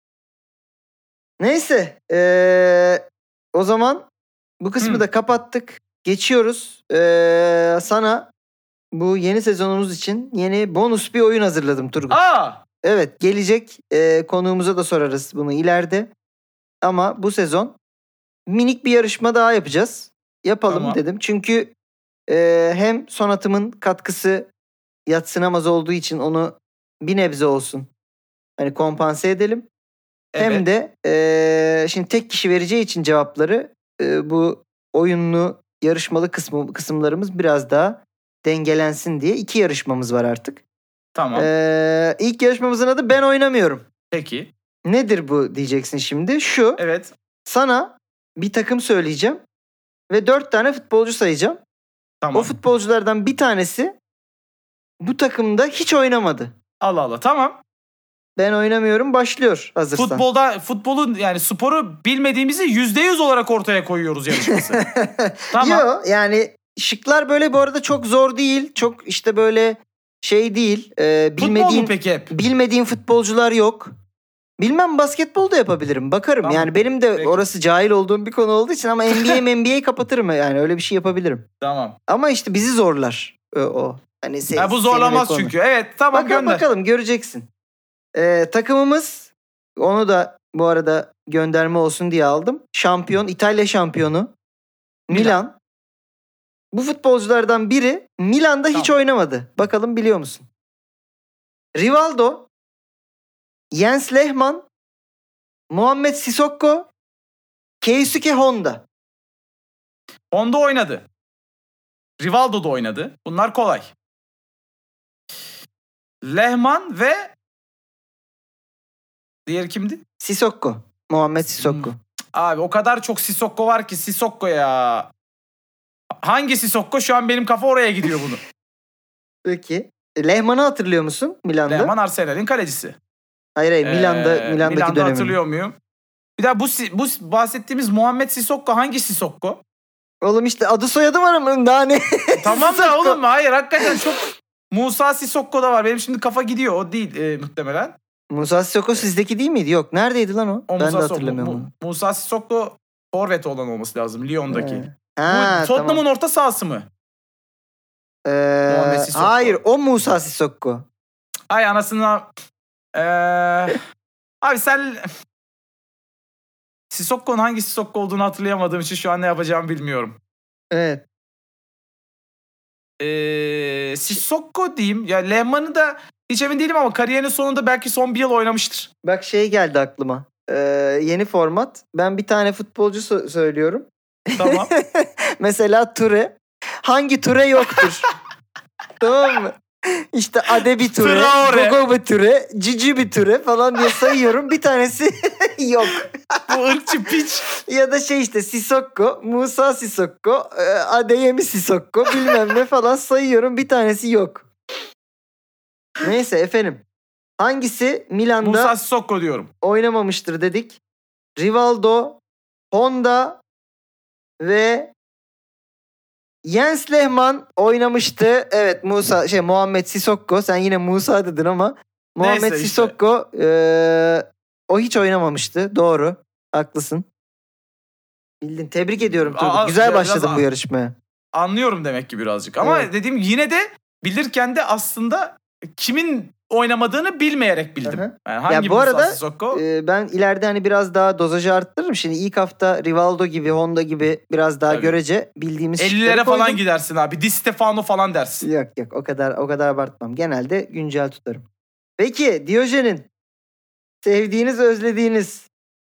Speaker 1: Neyse. Ee, o zaman bu kısmı hmm. da kapattık. Geçiyoruz. Ee, sana bu yeni sezonumuz için yeni bonus bir oyun hazırladım Turgut.
Speaker 2: Aa!
Speaker 1: Evet, gelecek e, konuğumuza da sorarız bunu ileride. Ama bu sezon minik bir yarışma daha yapacağız. Yapalım tamam. dedim. Çünkü e, hem Sonat'ımın katkısı yadsınamaz olduğu için onu bir nebze olsun hani kompanse edelim. Evet. Hem de e, şimdi tek kişi vereceği için cevapları e, bu oyunlu yarışmalı kısmı, kısımlarımız biraz daha dengelensin diye iki yarışmamız var artık.
Speaker 2: Tamam.
Speaker 1: Ee, ilk yarışmamızın adı Ben Oynamıyorum.
Speaker 2: Peki.
Speaker 1: Nedir bu diyeceksin şimdi. Şu.
Speaker 2: Evet.
Speaker 1: Sana bir takım söyleyeceğim ve dört tane futbolcu sayacağım. Tamam. O futbolculardan bir tanesi bu takımda hiç oynamadı.
Speaker 2: Allah Allah, tamam.
Speaker 1: Ben Oynamıyorum başlıyor hazırsan.
Speaker 2: Futbolda, futbolun yani sporu bilmediğimizi yüzde yüz olarak ortaya koyuyoruz yarışması. Tamam.
Speaker 1: Yok yani şıklar böyle bu arada çok zor değil. Çok işte böyle şey değil. E, bilmediğin,
Speaker 2: Futbol mu peki hep?
Speaker 1: Bilmediğin futbolcular yok. Bilmem basketbol da yapabilirim. Bakarım. Tamam. Yani benim de peki. Orası cahil olduğum bir konu olduğu için ama N B A N B A kapatırım yani öyle bir şey yapabilirim.
Speaker 2: Tamam.
Speaker 1: Ama işte bizi zorlar o. o. Hani se-
Speaker 2: ya bu zorlamaz çünkü. Evet tamam
Speaker 1: bakalım,
Speaker 2: gönder.
Speaker 1: Bakalım göreceksin. Ee, takımımız onu da bu arada gönderme olsun diye aldım. Şampiyon, İtalya şampiyonu Milan. Milan. Bu futbolculardan biri Milan'da tamam. hiç oynamadı. Bakalım biliyor musun? Rivaldo, Jens Lehmann, Muhammed Sissoko, Keisuke Honda.
Speaker 2: Honda oynadı. Rivaldo da oynadı. Bunlar kolay. Lehmann ve diğer kimdi?
Speaker 1: Sissoko. Muhammed Sissoko. Hmm.
Speaker 2: Abi o kadar çok Sissoko var ki Sissoko ya. Hangi Sissoko? Şu an benim kafa oraya gidiyor bunu.
Speaker 1: Peki. Lehmann'ı hatırlıyor musun Milan'da?
Speaker 2: Lehmann Arsenal'in kalecisi.
Speaker 1: Hayır hayır Milan'da ee, Milan'daki
Speaker 2: Milan'da
Speaker 1: dönemini.
Speaker 2: Hatırlıyor muyum? Bir daha bu bu bahsettiğimiz Muhammed Sissoko hangi Sissoko?
Speaker 1: Oğlum işte adı soyadı var ama daha ne?
Speaker 2: Tamam da oğlum hayır hakikaten çok Musa Sissoko da var. Benim şimdi kafa gidiyor. O değil e, muhtemelen.
Speaker 1: Musa Sissoko sizdeki değil miydi? Yok. Neredeydi lan o?
Speaker 2: o
Speaker 1: ben
Speaker 2: Musa
Speaker 1: de hatırlamıyorum
Speaker 2: Mu-
Speaker 1: onu.
Speaker 2: Musa Sissoko forvet olan olması lazım. Lyon'daki.
Speaker 1: He. Ha,
Speaker 2: bu Tottenham'ın
Speaker 1: tamam.
Speaker 2: orta sahası mı?
Speaker 1: Ee, hayır o Musa Sissoko.
Speaker 2: Ay anasını. Ee, abi sen Sissoko'nun hangi Sissoko olduğunu hatırlayamadığım için şu an ne yapacağımı bilmiyorum.
Speaker 1: Evet.
Speaker 2: Ee, Sissoko diyeyim. Ya Lehmann'ı da hiç emin değilim ama kariyerinin sonunda belki son bir yıl oynamıştır.
Speaker 1: Bak şey geldi aklıma. Ee, yeni format. Ben bir tane futbolcu so- söylüyorum.
Speaker 2: Tamam.
Speaker 1: Mesela Ture. Hangi Ture yoktur? Tamam mı? İşte Adebi Ture, Gogo Ture, Cici bir Ture falan diye sayıyorum. Bir tanesi yok.
Speaker 2: Bu ırkçı piç.
Speaker 1: Ya da şey işte Sissoko, Musa Sissoko, Adeyemi Sissoko bilmem ne falan sayıyorum. Bir tanesi yok. Neyse efendim. Hangisi Milan'da
Speaker 2: Musa Sissoko diyorum.
Speaker 1: Oynamamıştır dedik. Rivaldo, Honda ve Jens Lehmann oynamıştı. Evet Musa şey Muhammed Sissoko. Sen yine Musa dedin ama Muhammed Neyse Sissoko işte. e, o hiç oynamamıştı. Doğru. Haklısın. Bildin. Tebrik ediyorum Turgut.
Speaker 2: Aa,
Speaker 1: Güzel
Speaker 2: biraz
Speaker 1: başladın
Speaker 2: an-
Speaker 1: bu yarışmaya.
Speaker 2: Anlıyorum demek ki birazcık. Ama
Speaker 1: Evet.
Speaker 2: dediğim yine de bilirken de aslında kimin oynamadığını bilmeyerek bildim.
Speaker 1: Hı hı.
Speaker 2: Yani hangi
Speaker 1: Ya bu arada
Speaker 2: Musa Sissoko?
Speaker 1: e, ben ileride hani biraz daha dozajı arttırırım. Şimdi ilk hafta Rivaldo gibi, Honda gibi biraz daha
Speaker 2: Tabii.
Speaker 1: görece bildiğimiz şıkları
Speaker 2: ellilere
Speaker 1: koydum.
Speaker 2: falan gidersin abi. Di Stefano falan dersin.
Speaker 1: Yok yok o kadar o kadar abartmam. Genelde güncel tutarım. Peki Diyojen'in sevdiğiniz, özlediğiniz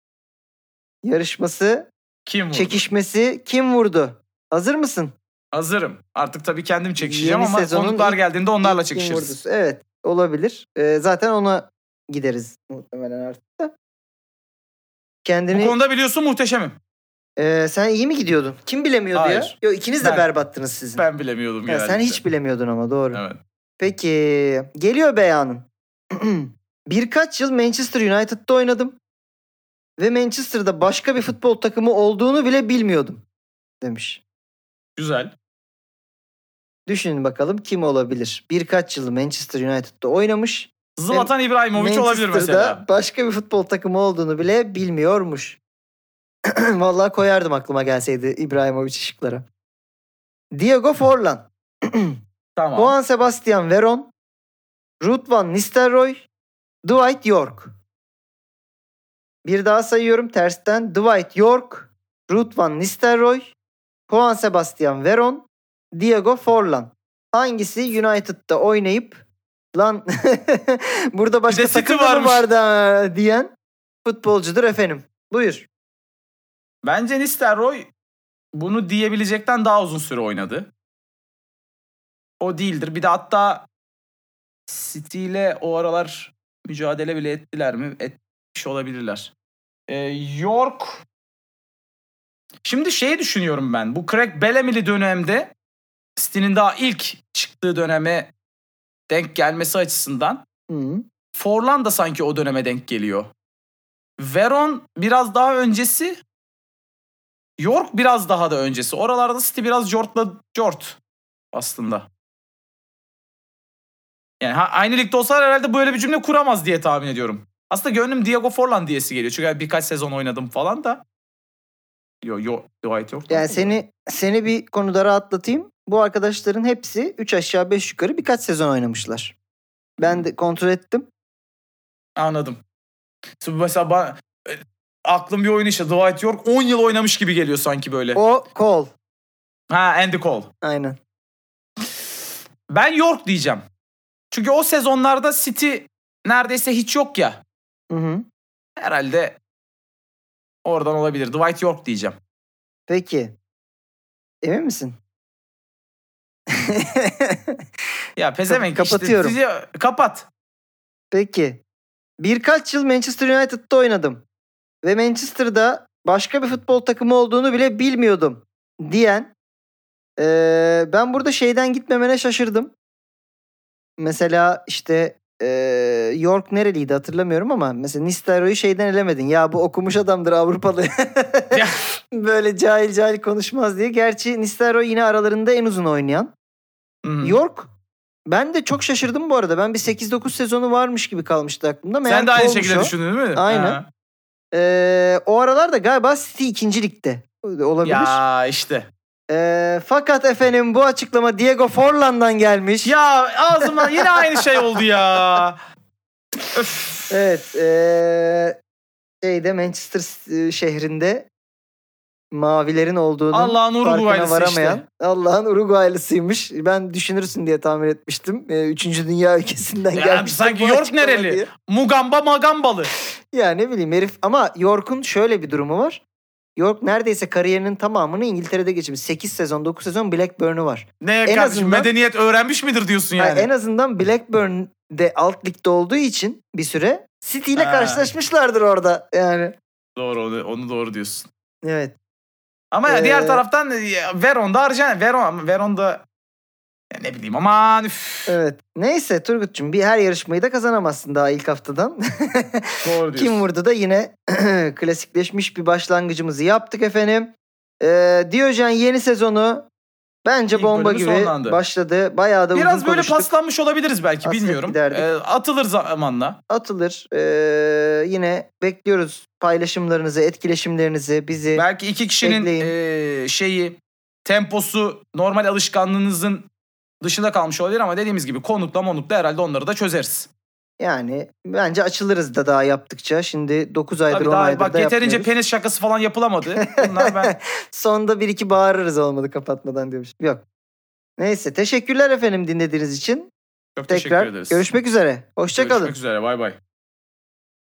Speaker 1: yarışması,
Speaker 2: Kim vurdu?
Speaker 1: çekişmesi kim vurdu? Hazır mısın?
Speaker 2: Hazırım. Artık tabii kendim çekişeceğim
Speaker 1: Yeni
Speaker 2: ama
Speaker 1: sezonun
Speaker 2: konuklar
Speaker 1: ilk-
Speaker 2: geldiğinde onlarla
Speaker 1: İlk kim
Speaker 2: çekişiriz.
Speaker 1: vurdusu. Evet olabilir. Ee, zaten ona gideriz muhtemelen artık da.
Speaker 2: Bu
Speaker 1: Kendini...
Speaker 2: konuda biliyorsun muhteşemim.
Speaker 1: Ee, sen iyi mi gidiyordun? Kim bilemiyordu ya?
Speaker 2: Hayır.
Speaker 1: Yok ikiniz de
Speaker 2: Ben-
Speaker 1: berbattınız sizin.
Speaker 2: Ben bilemiyordum
Speaker 1: Ya,
Speaker 2: genellikle.
Speaker 1: sen hiç bilemiyordun ama doğru.
Speaker 2: Evet.
Speaker 1: Peki geliyor beyanın. Birkaç yıl Manchester United'da oynadım. Ve Manchester'da başka bir futbol takımı olduğunu bile bilmiyordum. Demiş.
Speaker 2: Güzel.
Speaker 1: Düşünün bakalım kim olabilir? Birkaç yıl Manchester United'da oynamış.
Speaker 2: Zlatan İbrahimovic olabilir
Speaker 1: Manchester'da
Speaker 2: mesela.
Speaker 1: başka bir futbol takımı olduğunu bile bilmiyormuş. Vallahi koyardım aklıma gelseydi İbrahimovic ışıklara. Diego Forlan.
Speaker 2: Tamam.
Speaker 1: Juan Sebastian Veron. Ruud van Nistelrooy. Dwight York. Bir daha sayıyorum tersten. Dwight York. Ruud van Nistelrooy. Juan Sebastian Veron. Diego Forlan. Hangisi United'da oynayıp lan burada başka
Speaker 2: Bir de City
Speaker 1: takımda mı
Speaker 2: varmış.
Speaker 1: vardı ha, diyen futbolcudur efendim. Buyur.
Speaker 2: Bence Nistelrooy bunu diyebilecekten daha uzun süre oynadı. O değildir. Bir de hatta City ile o aralar mücadele bile ettiler mi? Etmiş olabilirler. Ee, York. Şimdi şeyi düşünüyorum ben. Bu Craig Bellamy'li dönemde City'nin daha ilk çıktığı döneme denk gelmesi açısından
Speaker 1: Hı.
Speaker 2: Forlan da sanki o döneme denk geliyor. Veron biraz daha öncesi. York biraz daha da öncesi. Oralarda City biraz jortla jort aslında. Yani ha, aynı ligde olsalar herhalde böyle bir cümle kuramaz diye tahmin ediyorum. Aslında gönlüm Diego Forlan diyesi geliyor. Çünkü yani birkaç sezon oynadım falan da. Yo yo Dwight York.
Speaker 1: Yani seni seni bir konuda rahatlatayım. Bu arkadaşların hepsi üç aşağı beş yukarı birkaç sezon oynamışlar. Ben de kontrol ettim.
Speaker 2: Anladım. Şimdi mesela ben, e, aklım bir oyun işte. Dwight York on yıl oynamış gibi geliyor sanki böyle.
Speaker 1: O Cole.
Speaker 2: Ha Andy Cole.
Speaker 1: Aynen.
Speaker 2: Ben York diyeceğim. Çünkü o sezonlarda City neredeyse hiç yok ya.
Speaker 1: Hı hı.
Speaker 2: Herhalde oradan olabilir. Dwight York diyeceğim.
Speaker 1: Peki. Emin misin?
Speaker 2: Ya pezevenk
Speaker 1: Kap-
Speaker 2: işte.
Speaker 1: kapatıyorum.
Speaker 2: Sizi, kapat.
Speaker 1: Peki. Birkaç yıl Manchester United'da oynadım. Ve Manchester'da başka bir futbol takımı olduğunu bile bilmiyordum diyen ee, ben burada şeyden gitmemene şaşırdım. Mesela işte ee, York nereliydi hatırlamıyorum ama mesela Nistelrooy'u şeyden elemedin. Ya bu okumuş adamdır Avrupalı.
Speaker 2: Ya.
Speaker 1: Böyle cahil cahil konuşmaz diye. Gerçi Nistelrooy yine aralarında en uzun oynayan.
Speaker 2: Hı-hı.
Speaker 1: York ben de çok şaşırdım bu arada. Ben bir sekiz dokuz sezonu varmış gibi kalmıştı aklımda. Meğer
Speaker 2: Sen de aynı
Speaker 1: Cole'muş
Speaker 2: şekilde
Speaker 1: o.
Speaker 2: düşündün değil mi?
Speaker 1: Aynen.
Speaker 2: Ha.
Speaker 1: Ee, o aralarda galiba City ikinci ligde olabilir.
Speaker 2: Ya işte.
Speaker 1: Ee, fakat efendim bu açıklama Diego Forlan'dan gelmiş.
Speaker 2: Ya ağzıma yine aynı şey oldu ya. Öf.
Speaker 1: Evet. Ee, şeyde Manchester e, şehrinde mavilerin olduğunu
Speaker 2: Allah'ın
Speaker 1: farkına
Speaker 2: Uruguaylısı
Speaker 1: varamayan
Speaker 2: işte.
Speaker 1: Allah'ın Uruguaylısıymış. Ben düşünürsün diye tahmin etmiştim. Ee, üçüncü dünya ülkesinden
Speaker 2: Ya
Speaker 1: gelmiş.
Speaker 2: sanki
Speaker 1: bu
Speaker 2: York
Speaker 1: açıklama
Speaker 2: nereli?
Speaker 1: diye.
Speaker 2: Mugamba Magambalı.
Speaker 1: Ya ne bileyim herif ama York'un şöyle bir durumu var. York neredeyse kariyerinin tamamını İngiltere'de geçirmiş. sekiz sezon dokuz sezon Blackburn'u var.
Speaker 2: Ne
Speaker 1: En
Speaker 2: kardeşim
Speaker 1: azından-
Speaker 2: medeniyet öğrenmiş midir diyorsun yani?
Speaker 1: Yani en azından Blackburn'de alt ligde olduğu için bir süre City ile
Speaker 2: Ha.
Speaker 1: karşılaşmışlardır orada yani.
Speaker 2: Doğru onu, onu doğru diyorsun.
Speaker 1: Evet.
Speaker 2: Ama ya
Speaker 1: Ee,
Speaker 2: diğer taraftan ya, Veron'da Arjantin. Veron, Veron'da ya ne bileyim aman üf.
Speaker 1: Evet. Neyse Turgut'cum bir her yarışmayı da kazanamazsın daha ilk haftadan.
Speaker 2: Doğru diyorsun.
Speaker 1: Kim vurdu da yine klasikleşmiş bir başlangıcımızı yaptık efendim. Ee, Diyojen yeni sezonu Bence
Speaker 2: İlk
Speaker 1: bomba
Speaker 2: bölümü
Speaker 1: gibi
Speaker 2: sonlandı.
Speaker 1: başladı. Bayağı da uzun
Speaker 2: Biraz böyle
Speaker 1: konuştuk.
Speaker 2: paslanmış olabiliriz belki,
Speaker 1: Hasret
Speaker 2: bilmiyorum.
Speaker 1: giderdik.
Speaker 2: Ee, atılır zamanla.
Speaker 1: Atılır. Ee, yine bekliyoruz paylaşımlarınızı, etkileşimlerinizi, bizi
Speaker 2: Belki iki kişinin
Speaker 1: ekleyin.
Speaker 2: ee, şeyi, temposu normal alışkanlığınızın dışında kalmış olabilir ama dediğimiz gibi konukla monukla herhalde onları da çözeriz.
Speaker 1: Yani bence açılırız da daha yaptıkça. Şimdi dokuz aydır,
Speaker 2: Tabii
Speaker 1: on
Speaker 2: daha
Speaker 1: aydır
Speaker 2: bak
Speaker 1: da
Speaker 2: yeterince
Speaker 1: yapmıyoruz.
Speaker 2: penis şakası falan yapılamadı. Bunlar ben
Speaker 1: Sonda bir iki bağırırız olmadı kapatmadan diyormuş. Yok. Neyse, teşekkürler efendim dinlediğiniz için.
Speaker 2: çok teşekkür
Speaker 1: Tekrar
Speaker 2: ederiz.
Speaker 1: görüşmek üzere. Hoşça kalın.
Speaker 2: Görüşmek üzere, bay bay.